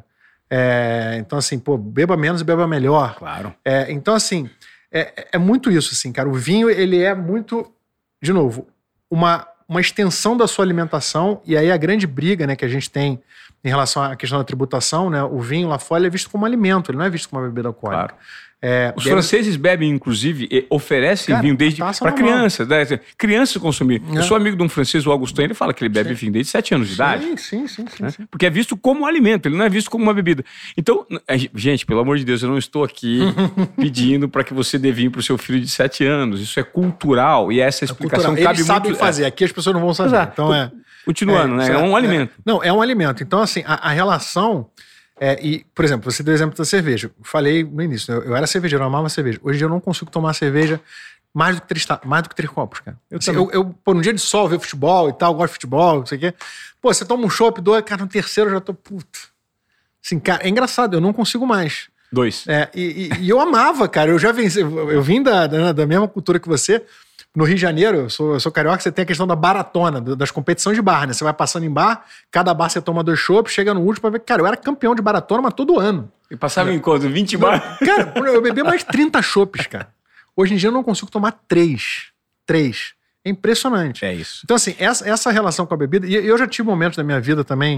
É, então, assim, pô, beba menos e beba melhor. Claro. É, então, assim, é, é muito isso, assim, cara. O vinho, ele é muito, de novo, uma... uma extensão da sua alimentação, e aí a grande briga, né, que a gente tem em relação à questão da tributação, né, o vinho lá fora ele é visto como alimento, ele não é visto como uma bebida alcoólica. Claro. É, Os franceses bebem, inclusive, e oferecem cara, vinho desde para crianças, né? Crianças consumir. É. Eu sou amigo de um francês, o Augustin, ele fala que ele bebe sim. vinho desde sete anos de sim, idade. Sim, sim, sim, né? sim. Porque é visto como um alimento, ele não é visto como uma bebida. Então, gente, pelo amor de Deus, eu não estou aqui pedindo para que você dê vinho para o seu filho de sete anos. Isso é cultural e essa explicação é cabe Eles muito... sabem fazer, aqui as pessoas não vão saber. Exato. Então é... Continuando, é, né? É um alimento. É, não, é um alimento. Então, assim, a, a relação... É, e, por exemplo, você deu o exemplo da cerveja. Eu falei no início, eu, eu era cervejeiro, eu amava cerveja. Hoje em dia eu não consigo tomar cerveja mais do que três, mais do que três copos, cara. Eu, assim, eu, eu pô, num dia de sol, ver futebol e tal, gosto de futebol, não sei o quê. Pô, você toma um chopp, dois, cara, no terceiro eu já tô, puta. Assim, cara, é engraçado, eu não consigo mais. Dois. É, e, e, e eu amava, cara, eu já venci, eu, eu vim da, da, da mesma cultura que você. No Rio de Janeiro, eu sou, eu sou carioca, você tem a questão da baratona, das competições de bar, né? Você vai passando em bar, cada bar você toma dois chopps, chega no último pra ver. Cara, eu era campeão de baratona, mas todo ano. E passava é. em quanto? vinte bar? Cara, eu bebi mais de trinta chopps, cara. Hoje em dia eu não consigo tomar três. Três. É impressionante. É isso. Então, assim, essa, essa relação com a bebida... E eu já tive momentos da minha vida também,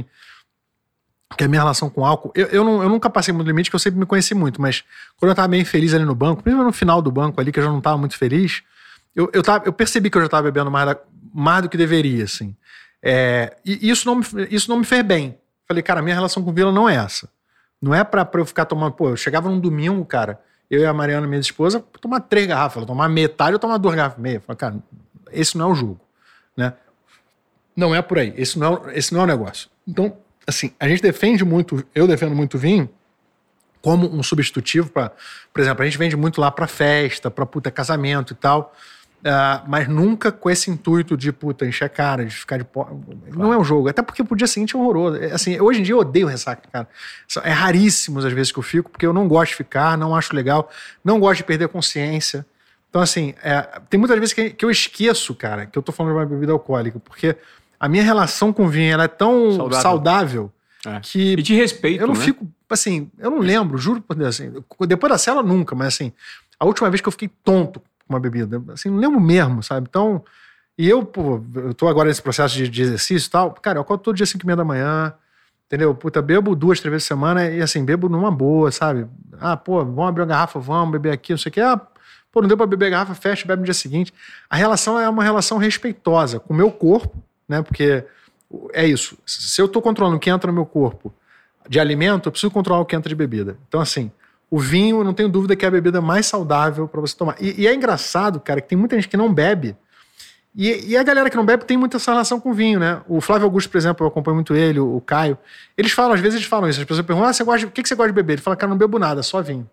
que a minha relação com álcool... Eu, eu, não, eu nunca passei muito limite, que eu sempre me conheci muito, mas quando eu tava bem feliz ali no banco, principalmente no final do banco ali, que eu já não tava muito feliz... Eu, eu, tava, eu percebi que eu já estava bebendo mais, da, mais do que deveria, assim. É, e isso não, me, isso não me fez bem. Falei, cara, minha relação com o Vila não é essa. Não é pra, pra eu ficar tomando... Pô, eu chegava num domingo, cara, eu e a Mariana, minha esposa, tomar três garrafas. Ela tomar metade, eu tomar duas garrafas e meia. Falei, cara, esse não é o jogo, né? Não é por aí. Esse não é, esse não é o negócio. Então, assim, a gente defende muito... Eu defendo muito vinho como um substitutivo para... Por exemplo, a gente vende muito lá pra festa, pra puta casamento e tal... Uh, mas nunca com esse intuito de, puta, encher a cara, de ficar de pó. Claro. Não é um jogo. Até porque pro dia seguinte é horroroso. Assim, hoje em dia eu odeio ressaca, cara. É raríssimos as vezes que eu fico, porque eu não gosto de ficar, não acho legal, não gosto de perder a consciência. Então, assim, é, tem muitas vezes que, que eu esqueço, cara, que eu tô falando de uma bebida alcoólica, porque a minha relação com o vinho ela é tão saudável, saudável é. que... E de respeito, eu não né? fico, assim, eu não lembro, juro por Deus, assim, depois da cela nunca, mas assim, a última vez que eu fiquei tonto com uma bebida, assim, não lembro mesmo, sabe? Então, e eu, pô, eu tô agora nesse processo de, de exercício e tal, cara, eu acordo todo dia cinco e meia da manhã, entendeu? Puta, bebo duas, três vezes por semana e assim, bebo numa boa, sabe? Ah, pô, vamos abrir uma garrafa, vamos beber aqui, não sei o que, ah, pô, não deu pra beber a garrafa, fecha, bebe no dia seguinte. A relação é uma relação respeitosa com o meu corpo, né? Porque é isso. Se eu tô controlando o que entra no meu corpo de alimento, eu preciso controlar o que entra de bebida. Então, assim, o vinho, eu não tenho dúvida que é a bebida mais saudável para você tomar. E, e é engraçado, cara, que tem muita gente que não bebe. E, e a galera que não bebe tem muita essa relação com o vinho, né? O Flávio Augusto, por exemplo, eu acompanho muito ele, o, o Caio. Eles falam, às vezes eles falam isso. As pessoas perguntam, ah, você gosta de, o que, que você gosta de beber? Ele fala, cara, não bebo nada, só vinho.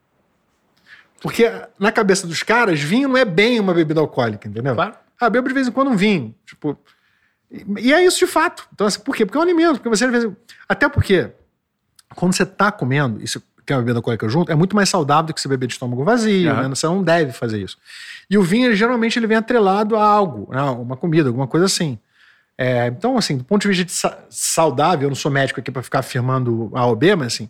Porque na cabeça dos caras, vinho não é bem uma bebida alcoólica, entendeu? Claro. Ah, bebo de vez em quando um vinho. Tipo, e, e é isso de fato. Então, assim, por quê? Porque é um alimento. Porque você, às vezes, até porque, quando você tá comendo, e você tem uma bebida alcoólica junto, é muito mais saudável do que você beber de estômago vazio, uhum. né? Você não deve fazer isso. E o vinho, ele, geralmente, ele vem atrelado a algo, né? Uma comida, alguma coisa assim. É, então, assim, do ponto de vista de sa- saudável, eu não sou médico aqui para ficar afirmando A ou B, mas assim,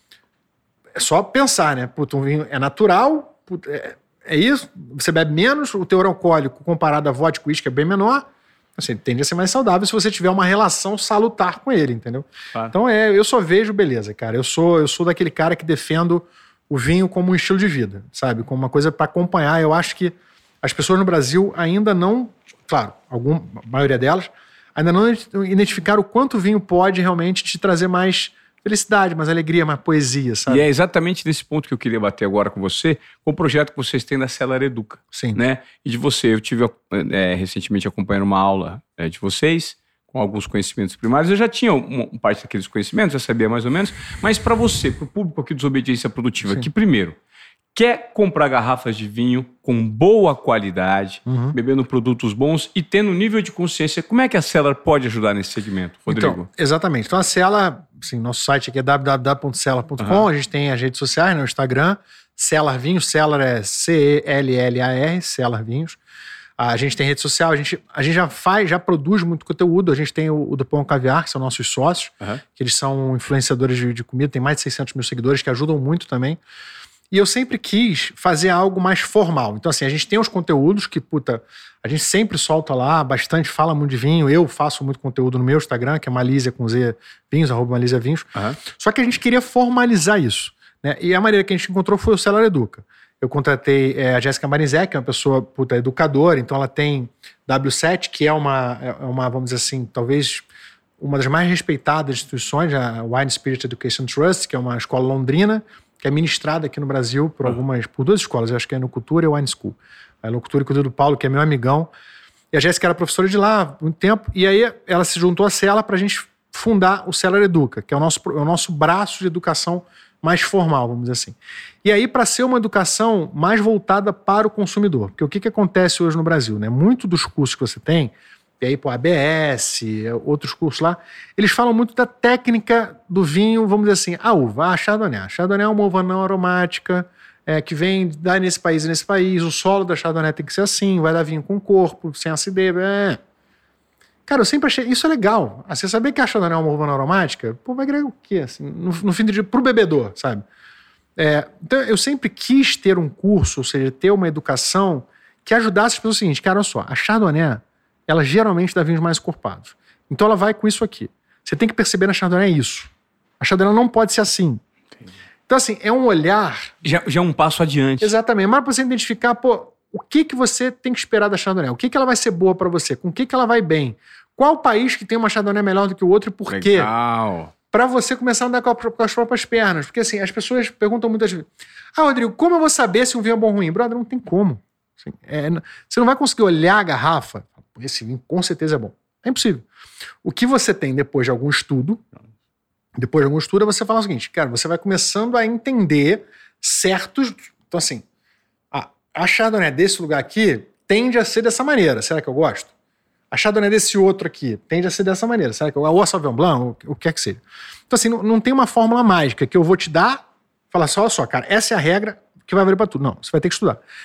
é só pensar, né? Puta, um vinho é natural, puta, é, é isso, você bebe menos, o teor alcoólico comparado a vodka e uísque é bem menor, assim, tende a ser mais saudável se você tiver uma relação salutar com ele, entendeu? Claro. Então, é, eu só vejo beleza, cara. Eu sou, eu sou daquele cara que defendo o vinho como um estilo de vida, sabe? Como uma coisa para acompanhar. Eu acho que as pessoas no Brasil ainda não, claro, alguma, a maioria delas, ainda não identificaram o quanto o vinho pode realmente te trazer mais felicidade, mais alegria, mais poesia, sabe? E é exatamente nesse ponto que eu queria bater agora com você, com o projeto que vocês têm da Cellar Educa. Sim. Né? E de você, eu tive é, recentemente acompanhando uma aula é, de vocês, com alguns conhecimentos primários. Eu já tinha um, um parte daqueles conhecimentos, já sabia mais ou menos, mas para você, para o público aqui do Desobediência Produtiva, Sim. que primeiro quer comprar garrafas de vinho com boa qualidade, uhum. bebendo produtos bons e tendo um nível de consciência, como é que a Cellar pode ajudar nesse segmento, Rodrigo? Então, exatamente. Então a Cellar, assim, nosso site aqui é w w w ponto cellar ponto com, uhum. a gente tem as redes sociais, né, o Instagram, Cellar Vinhos, Cellar é C E L L A R, Cellar Vinhos. A gente tem rede social, a gente, a gente já faz, já produz muito conteúdo. A gente tem o, o do Pão Caviar, que são nossos sócios, uhum. que eles são influenciadores de, de comida, tem mais de seiscentos mil seguidores que ajudam muito também. E eu sempre quis fazer algo mais formal. Então, assim, a gente tem os conteúdos que, puta, a gente sempre solta lá, bastante, fala muito de vinho. Eu faço muito conteúdo no meu Instagram, que é Malísia com Z Vinhos, arroba Malísia Vinhos. Uhum. Só que a gente queria formalizar isso, né? E a maneira que a gente encontrou foi o Cellar Educa. Eu contratei é, a Jéssica Marinzec, que é uma pessoa, puta, educadora, então ela tem W sete, que é uma, é uma, vamos dizer assim, talvez uma das mais respeitadas instituições, a Wine Spirit Education Trust, que é uma escola londrina, que é ministrada aqui no Brasil por algumas, por duas escolas, eu acho que é no Cultura e Wine School. A Cultura e Cultura do Paulo, que é meu amigão. E a Jéssica era professora de lá há muito tempo, e aí ela se juntou à Cellar para a gente fundar o Cellar Educa, que é o nosso, é o nosso braço de educação mais formal, vamos dizer assim. E aí, para ser uma educação mais voltada para o consumidor, porque o que, que acontece hoje no Brasil, né? Muito dos cursos que você tem, e aí, pô, A B S, outros cursos lá, eles falam muito da técnica do vinho, vamos dizer assim, a uva, a Chardonnay. A Chardonnay é uma uva não aromática, é, que vem dar nesse país e nesse país, o solo da Chardonnay tem que ser assim, vai dar vinho com corpo, sem acidez, é... Cara, eu sempre achei, isso é legal. Ah, você saber que a Chardonnay é uma uva não aromática, pô, vai agregar o quê? Assim, no, no fim do dia, pro bebedor, sabe? É, então, eu sempre quis ter um curso, ou seja, ter uma educação que ajudasse as pessoas o seguinte, cara, olha só, a Chardonnay, ela geralmente dá vinhos mais encorpados. Então ela vai com isso aqui. Você tem que perceber na Chardonnay isso. A Chardonnay não pode ser assim. Entendi. Então, assim, é um olhar... Já, já é um passo adiante. Exatamente. Mas para você identificar, pô, o que, que você tem que esperar da Chardonnay? O que, que ela vai ser boa para você? Com o que, que ela vai bem? Qual país que tem uma Chardonnay melhor do que o outro e por Legal. quê? Legal. Para você começar a andar com, a, com as próprias pernas. Porque, assim, as pessoas perguntam muitas vezes, ah, Rodrigo, como eu vou saber se um vinho é bom ou ruim? Brother, não tem como. Assim, é, você não vai conseguir olhar a garrafa, esse vinho com certeza é bom. É impossível. O que você tem depois de algum estudo, depois de algum estudo, você fala o seguinte, cara, você vai começando a entender certos... Então, assim, a, a Chardonnay desse lugar aqui tende a ser dessa maneira. Será que eu gosto? A Chardonnay desse outro aqui tende a ser dessa maneira. Será que eu... Ou a Sauvignon Blanc, o, o que quer que seja. Então, assim, não, não tem uma fórmula mágica que eu vou te dar, falar assim, olha só, cara, essa é a regra que vai valer para tudo. Não, você vai ter que estudar.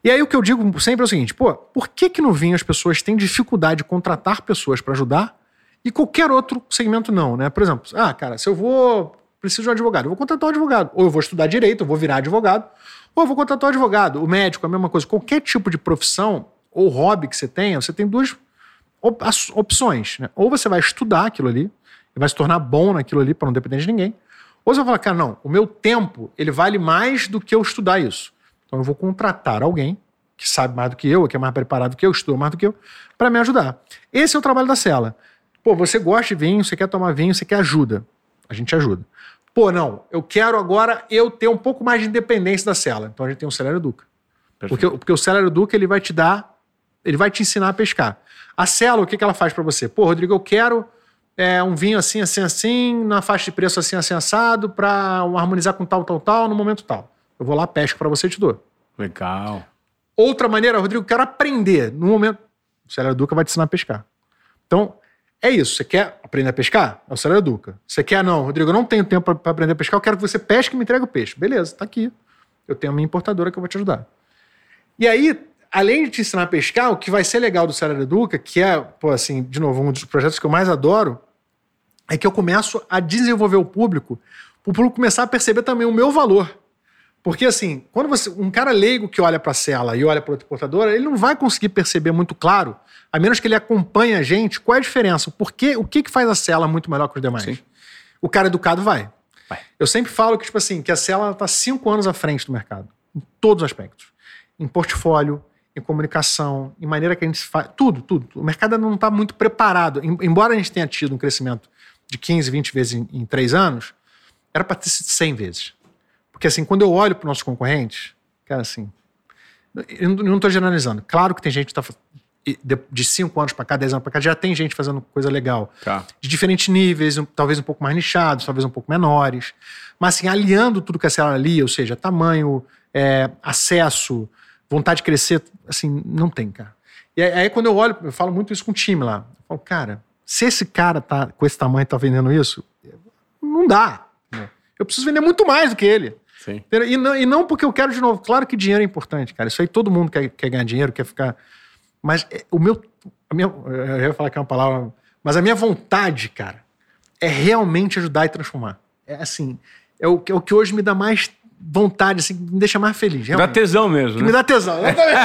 E aí o que eu digo sempre é o seguinte, pô, por que que no vinho as pessoas têm dificuldade de contratar pessoas para ajudar e qualquer outro segmento não, né? Por exemplo, ah, cara, se eu vou, preciso de um advogado, eu vou contratar um advogado. Ou eu vou estudar direito, eu vou virar advogado, ou eu vou contratar um advogado. O médico, a mesma coisa. Qualquer tipo de profissão ou hobby que você tenha, você tem duas op- opções, né? Ou você vai estudar aquilo ali, e vai se tornar bom naquilo ali para não depender de ninguém, ou você vai falar, cara, não, o meu tempo, ele vale mais do que eu estudar isso. Então eu vou contratar alguém que sabe mais do que eu, que é mais preparado que eu, estudou mais do que eu, para me ajudar. Esse é o trabalho da cela. Pô, você gosta de vinho, você quer tomar vinho, você quer ajuda. A gente ajuda. Pô, não, eu quero agora eu ter um pouco mais de independência da cela. Então a gente tem o Celera Educa. Porque, porque o Celera Educa, ele vai te dar, ele vai te ensinar a pescar. A cela, o que, que ela faz para você? Pô, Rodrigo, eu quero é, um vinho assim, assim, assim, na faixa de preço assim, assim, assado, para harmonizar com tal, tal, tal, no momento tal. Eu vou lá, pesco para você e te dou. Legal. Outra maneira, Rodrigo, eu quero aprender. No momento, o Celera Educa vai te ensinar a pescar. Então, é isso. Você quer aprender a pescar? É o Celera Educa. Você quer, não, Rodrigo, eu não tenho tempo para aprender a pescar, eu quero que você pesque e me entregue o peixe. Beleza, tá aqui. Eu tenho a minha importadora que eu vou te ajudar. E aí, além de te ensinar a pescar, o que vai ser legal do Celera Educa, que é, pô, assim, de novo, um dos projetos que eu mais adoro, é que eu começo a desenvolver o público, para o público começar a perceber também o meu valor. Porque, assim, quando você, um cara leigo que olha para a cela e olha para outra importadora, ele não vai conseguir perceber muito claro, a menos que ele acompanhe a gente, qual é a diferença, o, porquê, o que, que faz a cela muito melhor que os demais. Sim. O cara educado vai. vai. Eu sempre falo que, tipo assim, que a cela está cinco anos à frente do mercado, em todos os aspectos. Em portfólio, em comunicação, em maneira que a gente faz, tudo, tudo. O mercado não está muito preparado. Embora a gente tenha tido um crescimento de quinze, vinte vezes em, em três anos, era para ter sido cem vezes. Porque, assim, quando eu olho para os nossos concorrentes, cara, assim, eu não estou generalizando. Claro que tem gente que está de cinco anos para cá, dez anos para cá, já tem gente fazendo coisa legal. Tá. De diferentes níveis, talvez um pouco mais nichados, talvez um pouco menores. Mas, assim, aliando tudo que a cela ali, ou seja, tamanho, é, acesso, vontade de crescer, assim, não tem, cara. E aí, quando eu olho, eu falo muito isso com o time lá. Eu falo, cara, se esse cara tá com esse tamanho e tá vendendo isso, não dá. Eu preciso vender muito mais do que ele. Sim. E não, e não porque eu quero de novo. Claro que dinheiro é importante, cara. Isso aí todo mundo quer, quer ganhar dinheiro, quer ficar... Mas o meu... A minha, eu ia falar que é uma palavra... Mas a minha vontade, cara, é realmente ajudar e transformar. É assim... É o, é o que hoje me dá mais vontade, assim, me deixa mais feliz. Realmente. Dá tesão mesmo, né? Me dá tesão.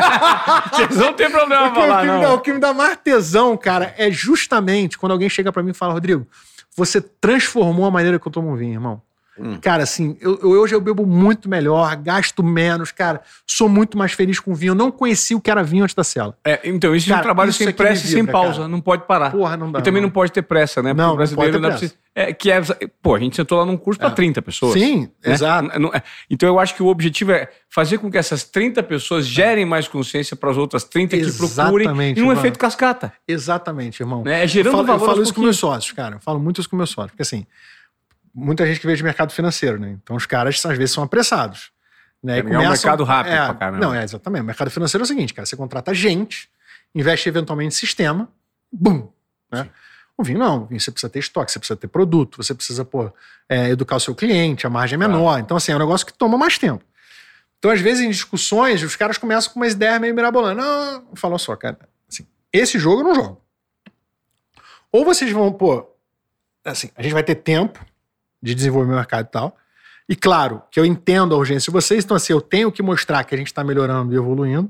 Tesão não tem problema falar, não. Dá, o que me dá mais tesão, cara, é justamente quando alguém chega pra mim e fala, Rodrigo, você transformou a maneira que eu tomo vinho, irmão. Hum. Cara, assim, eu, eu, hoje eu bebo muito melhor, gasto menos, cara, sou muito mais feliz com vinho. Eu não conheci o que era vinho antes da cela. É, então, isso cara, é um trabalho sem pressa e sem pausa, cara. Não pode parar. Porra, não dá. E também não, não pode ter pressa, né? Não, Porque o brasileiro não pode ter pressa. É, que é, pô, a gente sentou lá num curso para é. trinta pessoas. Sim, né? exato. Então eu acho que o objetivo é fazer com que essas trinta pessoas gerem mais consciência para as outras trinta que procurem e um efeito cascata. Exatamente, irmão. Né? É gerando eu falo, valor. Eu falo isso com meus sócios, cara. Eu falo muito isso com meus sócios. Porque assim, muita gente que veio de mercado financeiro, né? Então os caras às vezes são apressados. Né? É, começam, é um mercado rápido é, pra caramba. Não, é exatamente. O mercado financeiro é o seguinte, cara. Você contrata gente, investe eventualmente em sistema, bum, né? Sim. O vinho não, o vinho você precisa ter estoque, você precisa ter produto, você precisa pô, é, educar o seu cliente, a margem é menor. Claro. Então, assim, é um negócio que toma mais tempo. Então, às vezes, em discussões, os caras começam com umas ideias meio mirabolantes. Não, fala só, cara, assim, esse jogo eu não jogo. Ou vocês vão, pô, assim, a gente vai ter tempo de desenvolver o mercado e tal. E claro, que eu entendo a urgência de vocês, então assim, eu tenho que mostrar que a gente está melhorando e evoluindo,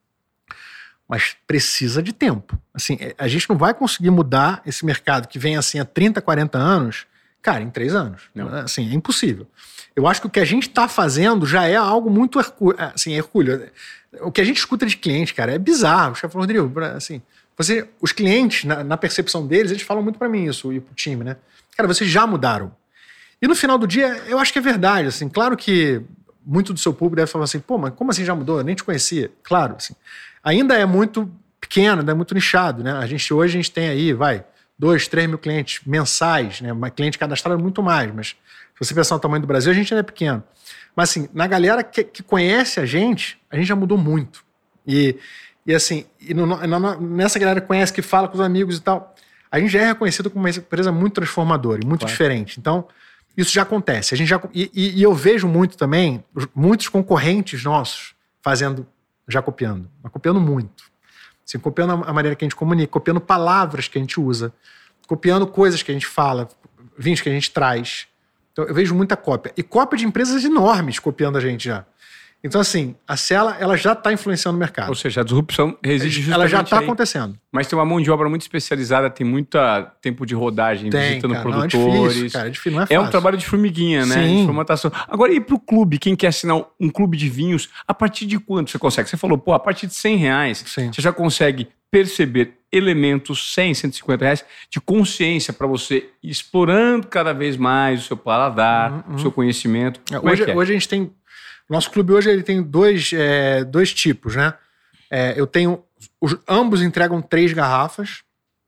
mas precisa de tempo. Assim, a gente não vai conseguir mudar esse mercado que vem assim há trinta, quarenta anos, cara, em três anos. Não. Assim, é impossível. Eu acho que o que a gente está fazendo já é algo muito hercú- assim, hercúleo. O que a gente escuta de cliente, cara, é bizarro. Os caras falam, Rodrigo, assim, você, os clientes, na, na percepção deles, eles falam muito para mim isso, e pro time, né? Cara, vocês já mudaram. E no final do dia, eu acho que é verdade. Assim, claro que muito do seu público deve falar assim, pô, mas como assim já mudou? Eu nem te conhecia. Claro, assim. Ainda é muito pequeno, ainda é muito nichado, né? A gente, hoje a gente tem aí, vai, dois, três mil clientes mensais, né? Uma cliente cadastrada muito mais, mas se você pensar no tamanho do Brasil, a gente ainda é pequeno. Mas assim, na galera que, que conhece a gente, a gente já mudou muito. E, e assim, e no, no, nessa galera que conhece, que fala com os amigos e tal, a gente já é reconhecido como uma empresa muito transformadora e muito claro. Diferente. Então, isso já acontece. A gente já, e, e eu vejo muito também, muitos concorrentes nossos fazendo já copiando, mas copiando muito. Assim, copiando a maneira que a gente comunica, copiando palavras que a gente usa, copiando coisas que a gente fala, vinhos que a gente traz. Então, eu vejo muita cópia. E cópia de empresas enormes copiando a gente já. Então, assim, a Sela, ela já está influenciando o mercado. Ou seja, a disrupção reside justamente ela já está aí. acontecendo. Mas tem uma mão de obra muito especializada, tem muito tempo de rodagem, tem, visitando cara, produtores. Não, é difícil, cara, é difícil, não é fácil. É um trabalho de formiguinha, né? Sim. De formatação. Agora, e para o clube? Quem quer assinar um clube de vinhos, a partir de quanto você consegue? Você falou, pô, a partir de cem reais, Sim. você já consegue perceber elementos, cem, cento e cinquenta reais, de consciência para você ir explorando cada vez mais o seu paladar, uhum, o seu conhecimento. É, hoje, é é? hoje a gente tem... Nosso clube hoje ele tem dois, é, dois tipos, né? É, eu tenho... Os, ambos entregam três garrafas.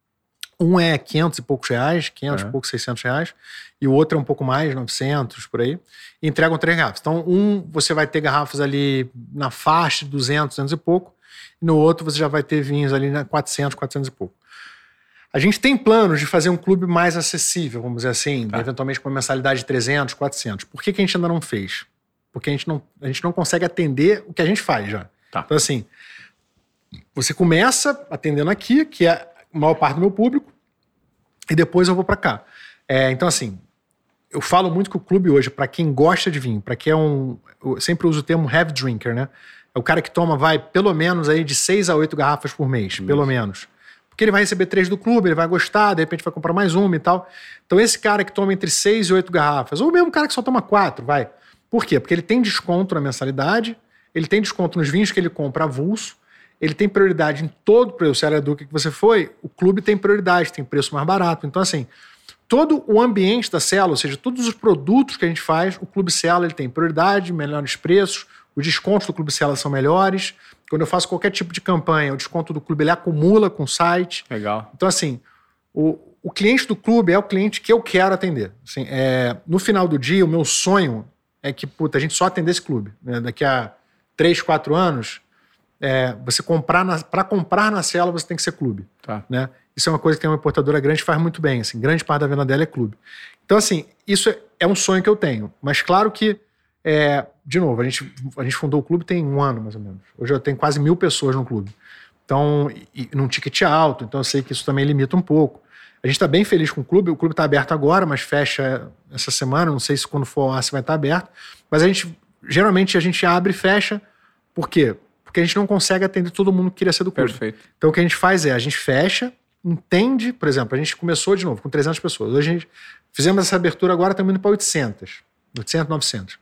Um é quinhentos e poucos reais, quinhentos é. e poucos, seiscentos reais. E o outro é um pouco mais, novecentos, por aí. E entregam três garrafas. Então, um, você vai ter garrafas ali na faixa de duzentos, duzentos e pouco. E no outro, você já vai ter vinhos ali na quatrocentos, quatrocentos e pouco. A gente tem planos de fazer um clube mais acessível, vamos dizer assim. Tá. Eventualmente com uma mensalidade de trezentos, quatrocentos. Por que, que a gente ainda não fez? Porque a gente não, a gente não consegue atender o que a gente faz já. Tá. Então, assim, você começa atendendo aqui, que é a maior parte do meu público, e depois eu vou para cá. É, então, assim, eu falo muito que o clube hoje, para quem gosta de vinho, para quem é um... Eu sempre uso o termo heavy drinker, né? É o cara que toma, vai, pelo menos aí de seis a oito garrafas por mês, Isso. pelo menos. Porque ele vai receber três do clube, ele vai gostar, de repente vai comprar mais uma e tal. Então, esse cara que toma entre seis e oito garrafas, ou mesmo o cara que só toma quatro, vai... Por quê? Porque ele tem desconto na mensalidade, ele tem desconto nos vinhos que ele compra avulso, ele tem prioridade em todo o preço. Se era do que você foi, o clube tem prioridade, tem preço mais barato. Então, assim, todo o ambiente da Sela, ou seja, todos os produtos que a gente faz, o Clube Sela ele tem prioridade, melhores preços, os descontos do Clube Sela são melhores. Quando eu faço qualquer tipo de campanha, o desconto do clube ele acumula com o site. Legal. Então, assim, o, o cliente do clube é o cliente que eu quero atender. Assim, é, no final do dia, o meu sonho é que, puta, a gente só atender esse clube. Né? Daqui a três, quatro anos, é, você comprar para comprar na Sela, você tem que ser clube. Tá. Né? Isso é uma coisa que tem uma importadora grande que faz muito bem. Assim, grande parte da venda dela é clube. Então, assim, isso é, é um sonho que eu tenho. Mas claro que, é, de novo, a gente, a gente fundou o clube tem um ano, mais ou menos. Hoje eu tenho quase mil pessoas no clube. Então, e, e num ticket alto. Então, eu sei que isso também limita um pouco. A gente está bem feliz com o clube. O clube está aberto agora, mas fecha essa semana. Não sei se quando for lá se vai estar aberto. Mas a gente, geralmente, a gente abre e fecha. Por quê? Porque a gente não consegue atender todo mundo que queria ser do clube. Perfeito. Então, o que a gente faz é, a gente fecha, entende... Por exemplo, a gente começou de novo com trezentas pessoas. Hoje a gente fizemos essa abertura agora, estamos indo para oitocentas. oitocentas, novecentas.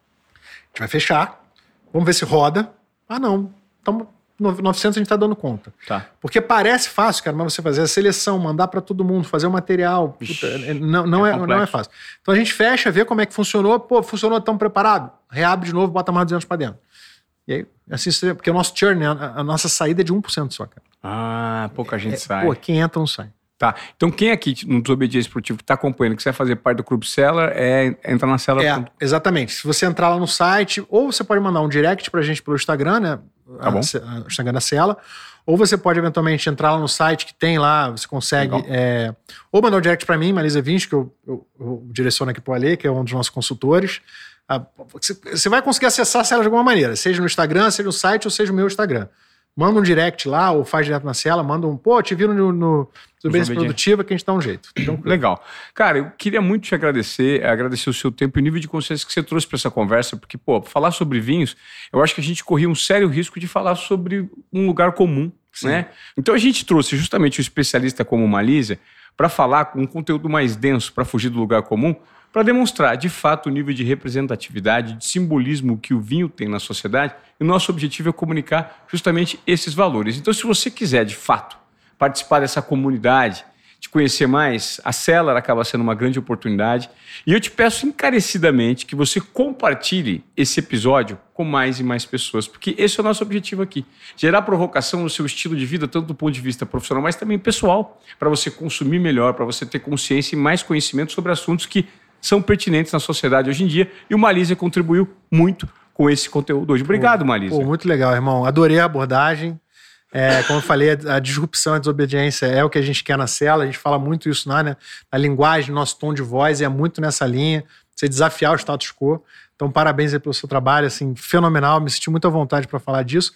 A gente vai fechar. Vamos ver se roda. Ah, não. Estamos... novecentos a gente está dando conta. Tá. Porque parece fácil, cara, mas você fazer a seleção, mandar para todo mundo, fazer o material, puta, não, não, é, é não é fácil. Então a gente fecha, vê como é que funcionou, pô, funcionou, tão preparado, reabre de novo, bota mais duzentos para dentro. E aí, assim, porque o nosso churn, a, a nossa saída é de um por cento só, cara. Ah, pouca gente é, sai. Pô, quem entra não sai. Tá, então quem aqui no Desobediência Esportiva que está acompanhando, que quiser fazer parte do Clube Seller, é entrar na Seller. É, exatamente. Se você entrar lá no site, ou você pode mandar um direct pra gente pelo Instagram, né? Tá bom. A, a Instagram da Sela, ou você pode eventualmente entrar lá no site que tem lá, você consegue, é, ou mandar um direct pra mim, Malisa Vinci, que eu, eu, eu direciono aqui pro Alê, que é um dos nossos consultores. Ah, você, você vai conseguir acessar a Sela de alguma maneira, seja no Instagram, seja no site, ou seja no meu Instagram. Manda um direct lá, ou faz direto na Sela, manda um, pô, te viram no, no Desobediência Produtiva que a gente dá um jeito. Então, legal. Cara, eu queria muito te agradecer, agradecer o seu tempo e o nível de consciência que você trouxe para essa conversa, porque, pô, falar sobre vinhos, eu acho que a gente corria um sério risco de falar sobre um lugar comum, Sim. né? Então a gente trouxe justamente um especialista como o Malisa para falar com um conteúdo mais denso, para fugir do lugar comum, para demonstrar, de fato, o nível de representatividade, de simbolismo que o vinho tem na sociedade. E o nosso objetivo é comunicar justamente esses valores. Então, se você quiser, de fato, participar dessa comunidade, de conhecer mais, a Seller acaba sendo uma grande oportunidade. E eu te peço encarecidamente que você compartilhe esse episódio com mais e mais pessoas, porque esse é o nosso objetivo aqui. Gerar provocação no seu estilo de vida, tanto do ponto de vista profissional, mas também pessoal, para você consumir melhor, para você ter consciência e mais conhecimento sobre assuntos que são pertinentes na sociedade hoje em dia, e o Malisa contribuiu muito com esse conteúdo hoje. Obrigado, Malisa. Pô, muito legal, irmão. Adorei a abordagem. É, como eu falei, a disrupção e a desobediência é o que a gente quer na Sela. A gente fala muito isso na, né, na linguagem, no nosso tom de voz, e é muito nessa linha, você desafiar o status quo. Então, parabéns aí pelo seu trabalho, assim, fenomenal. Me senti muito à vontade para falar disso.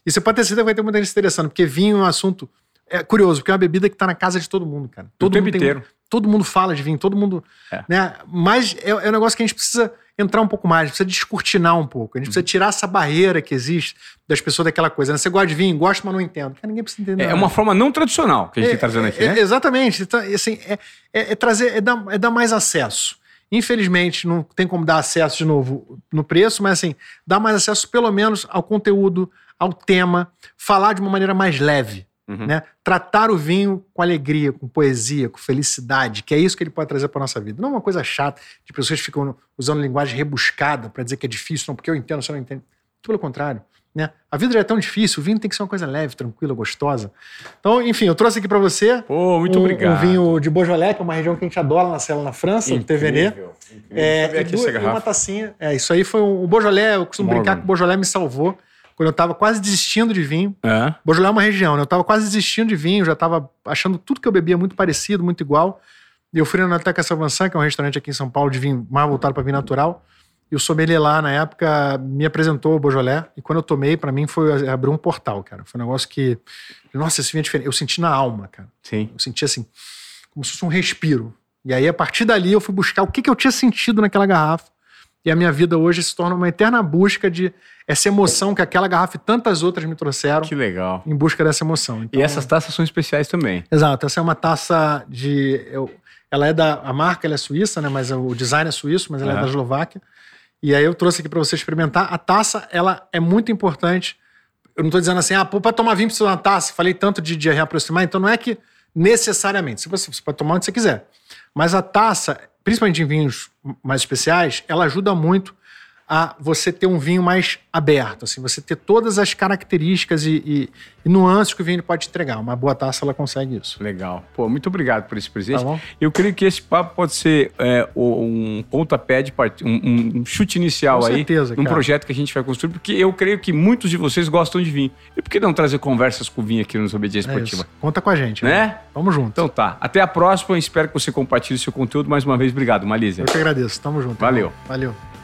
E você pode ter certeza que vai ter muita gente se interessando, porque vinho é um assunto é curioso, porque é uma bebida que tá na casa de todo mundo, cara. Todo o tempo mundo tem, inteiro. Todo mundo fala de vinho, todo mundo... É. Né? Mas é, é um negócio que a gente precisa entrar um pouco mais, precisa descortinar um pouco. A gente precisa tirar essa barreira que existe das pessoas daquela coisa. Né? Você gosta de vinho? Gosto, mas não entendo. Cara, ninguém precisa entender. É nada. uma forma não tradicional que a gente é, está trazendo aqui, é, né? Exatamente. Então, assim, é, é, é trazer, é dar, é dar mais acesso. Infelizmente, não tem como dar acesso de novo no preço, mas assim, dar mais acesso pelo menos ao conteúdo, ao tema, falar de uma maneira mais leve. Uhum. Né? Tratar o vinho com alegria, com poesia, com felicidade, que é isso que ele pode trazer para nossa vida. Não é uma coisa chata, de pessoas que ficam usando linguagem rebuscada para dizer que é difícil, não, porque eu entendo, você não entende. Tudo pelo contrário. Né? A vida já é tão difícil, o vinho tem que ser uma coisa leve, tranquila, gostosa. Então, enfim, eu trouxe aqui para você oh, muito um, obrigado. um vinho de Beaujolais, que é uma região que a gente adora na Cela, na França, o T V N. É, e, duas, e uma tacinha. É, isso aí foi um, o Beaujolais, eu costumo Morgan. brincar que o Beaujolais me salvou quando eu tava quase desistindo de vinho. É. Beaujolais é uma região, né? Eu tava quase desistindo de vinho, já tava achando tudo que eu bebia muito parecido, muito igual. E eu fui na Enoteca Saint-Vincent, que é um restaurante aqui em São Paulo de vinho mais voltado para vinho natural. E o sommelier lá, na época, me apresentou o Beaujolais. E quando eu tomei, para mim, foi abrir um portal, cara. Foi um negócio que... Nossa, esse vinho é diferente. Eu senti na alma, cara. Sim. Eu senti assim, como se fosse um respiro. E aí, a partir dali, eu fui buscar o que, que eu tinha sentido naquela garrafa. E a minha vida hoje se torna uma eterna busca de essa emoção que aquela garrafa e tantas outras me trouxeram. Que legal. Em busca dessa emoção. Então, e essas taças são especiais também. Exato. Essa é uma taça de... Eu, ela é da... A marca ela é suíça, né? Mas o design é suíço, mas ela uhum. é da Eslováquia. E aí eu trouxe aqui para você experimentar. A taça, ela é muito importante. Eu não tô dizendo assim, ah, pô, para tomar vinho precisa de uma taça. Falei tanto de, de reaproximar. Então não é que necessariamente. Se você, você pode tomar onde você quiser. Mas a taça... principalmente em vinhos mais especiais, ela ajuda muito a você ter um vinho mais aberto, assim, você ter todas as características e, e, e nuances que o vinho pode te entregar. Uma boa taça, ela consegue isso. Legal. Pô, muito obrigado por esse presente. Tá bom? Eu creio que esse papo pode ser é, um pontapé de part... um, um chute inicial Com aí certeza, num cara. projeto que a gente vai construir, porque eu creio que muitos de vocês gostam de vinho. E por que não trazer conversas com vinho aqui no Desobediência É Esportiva? isso. Conta com a gente. Né? né? Tamo junto. Então tá. Até a próxima. Espero que você compartilhe o seu conteúdo. Mais uma vez, obrigado, Malísia. Eu que agradeço. Tamo junto. Valeu. Irmão. Valeu.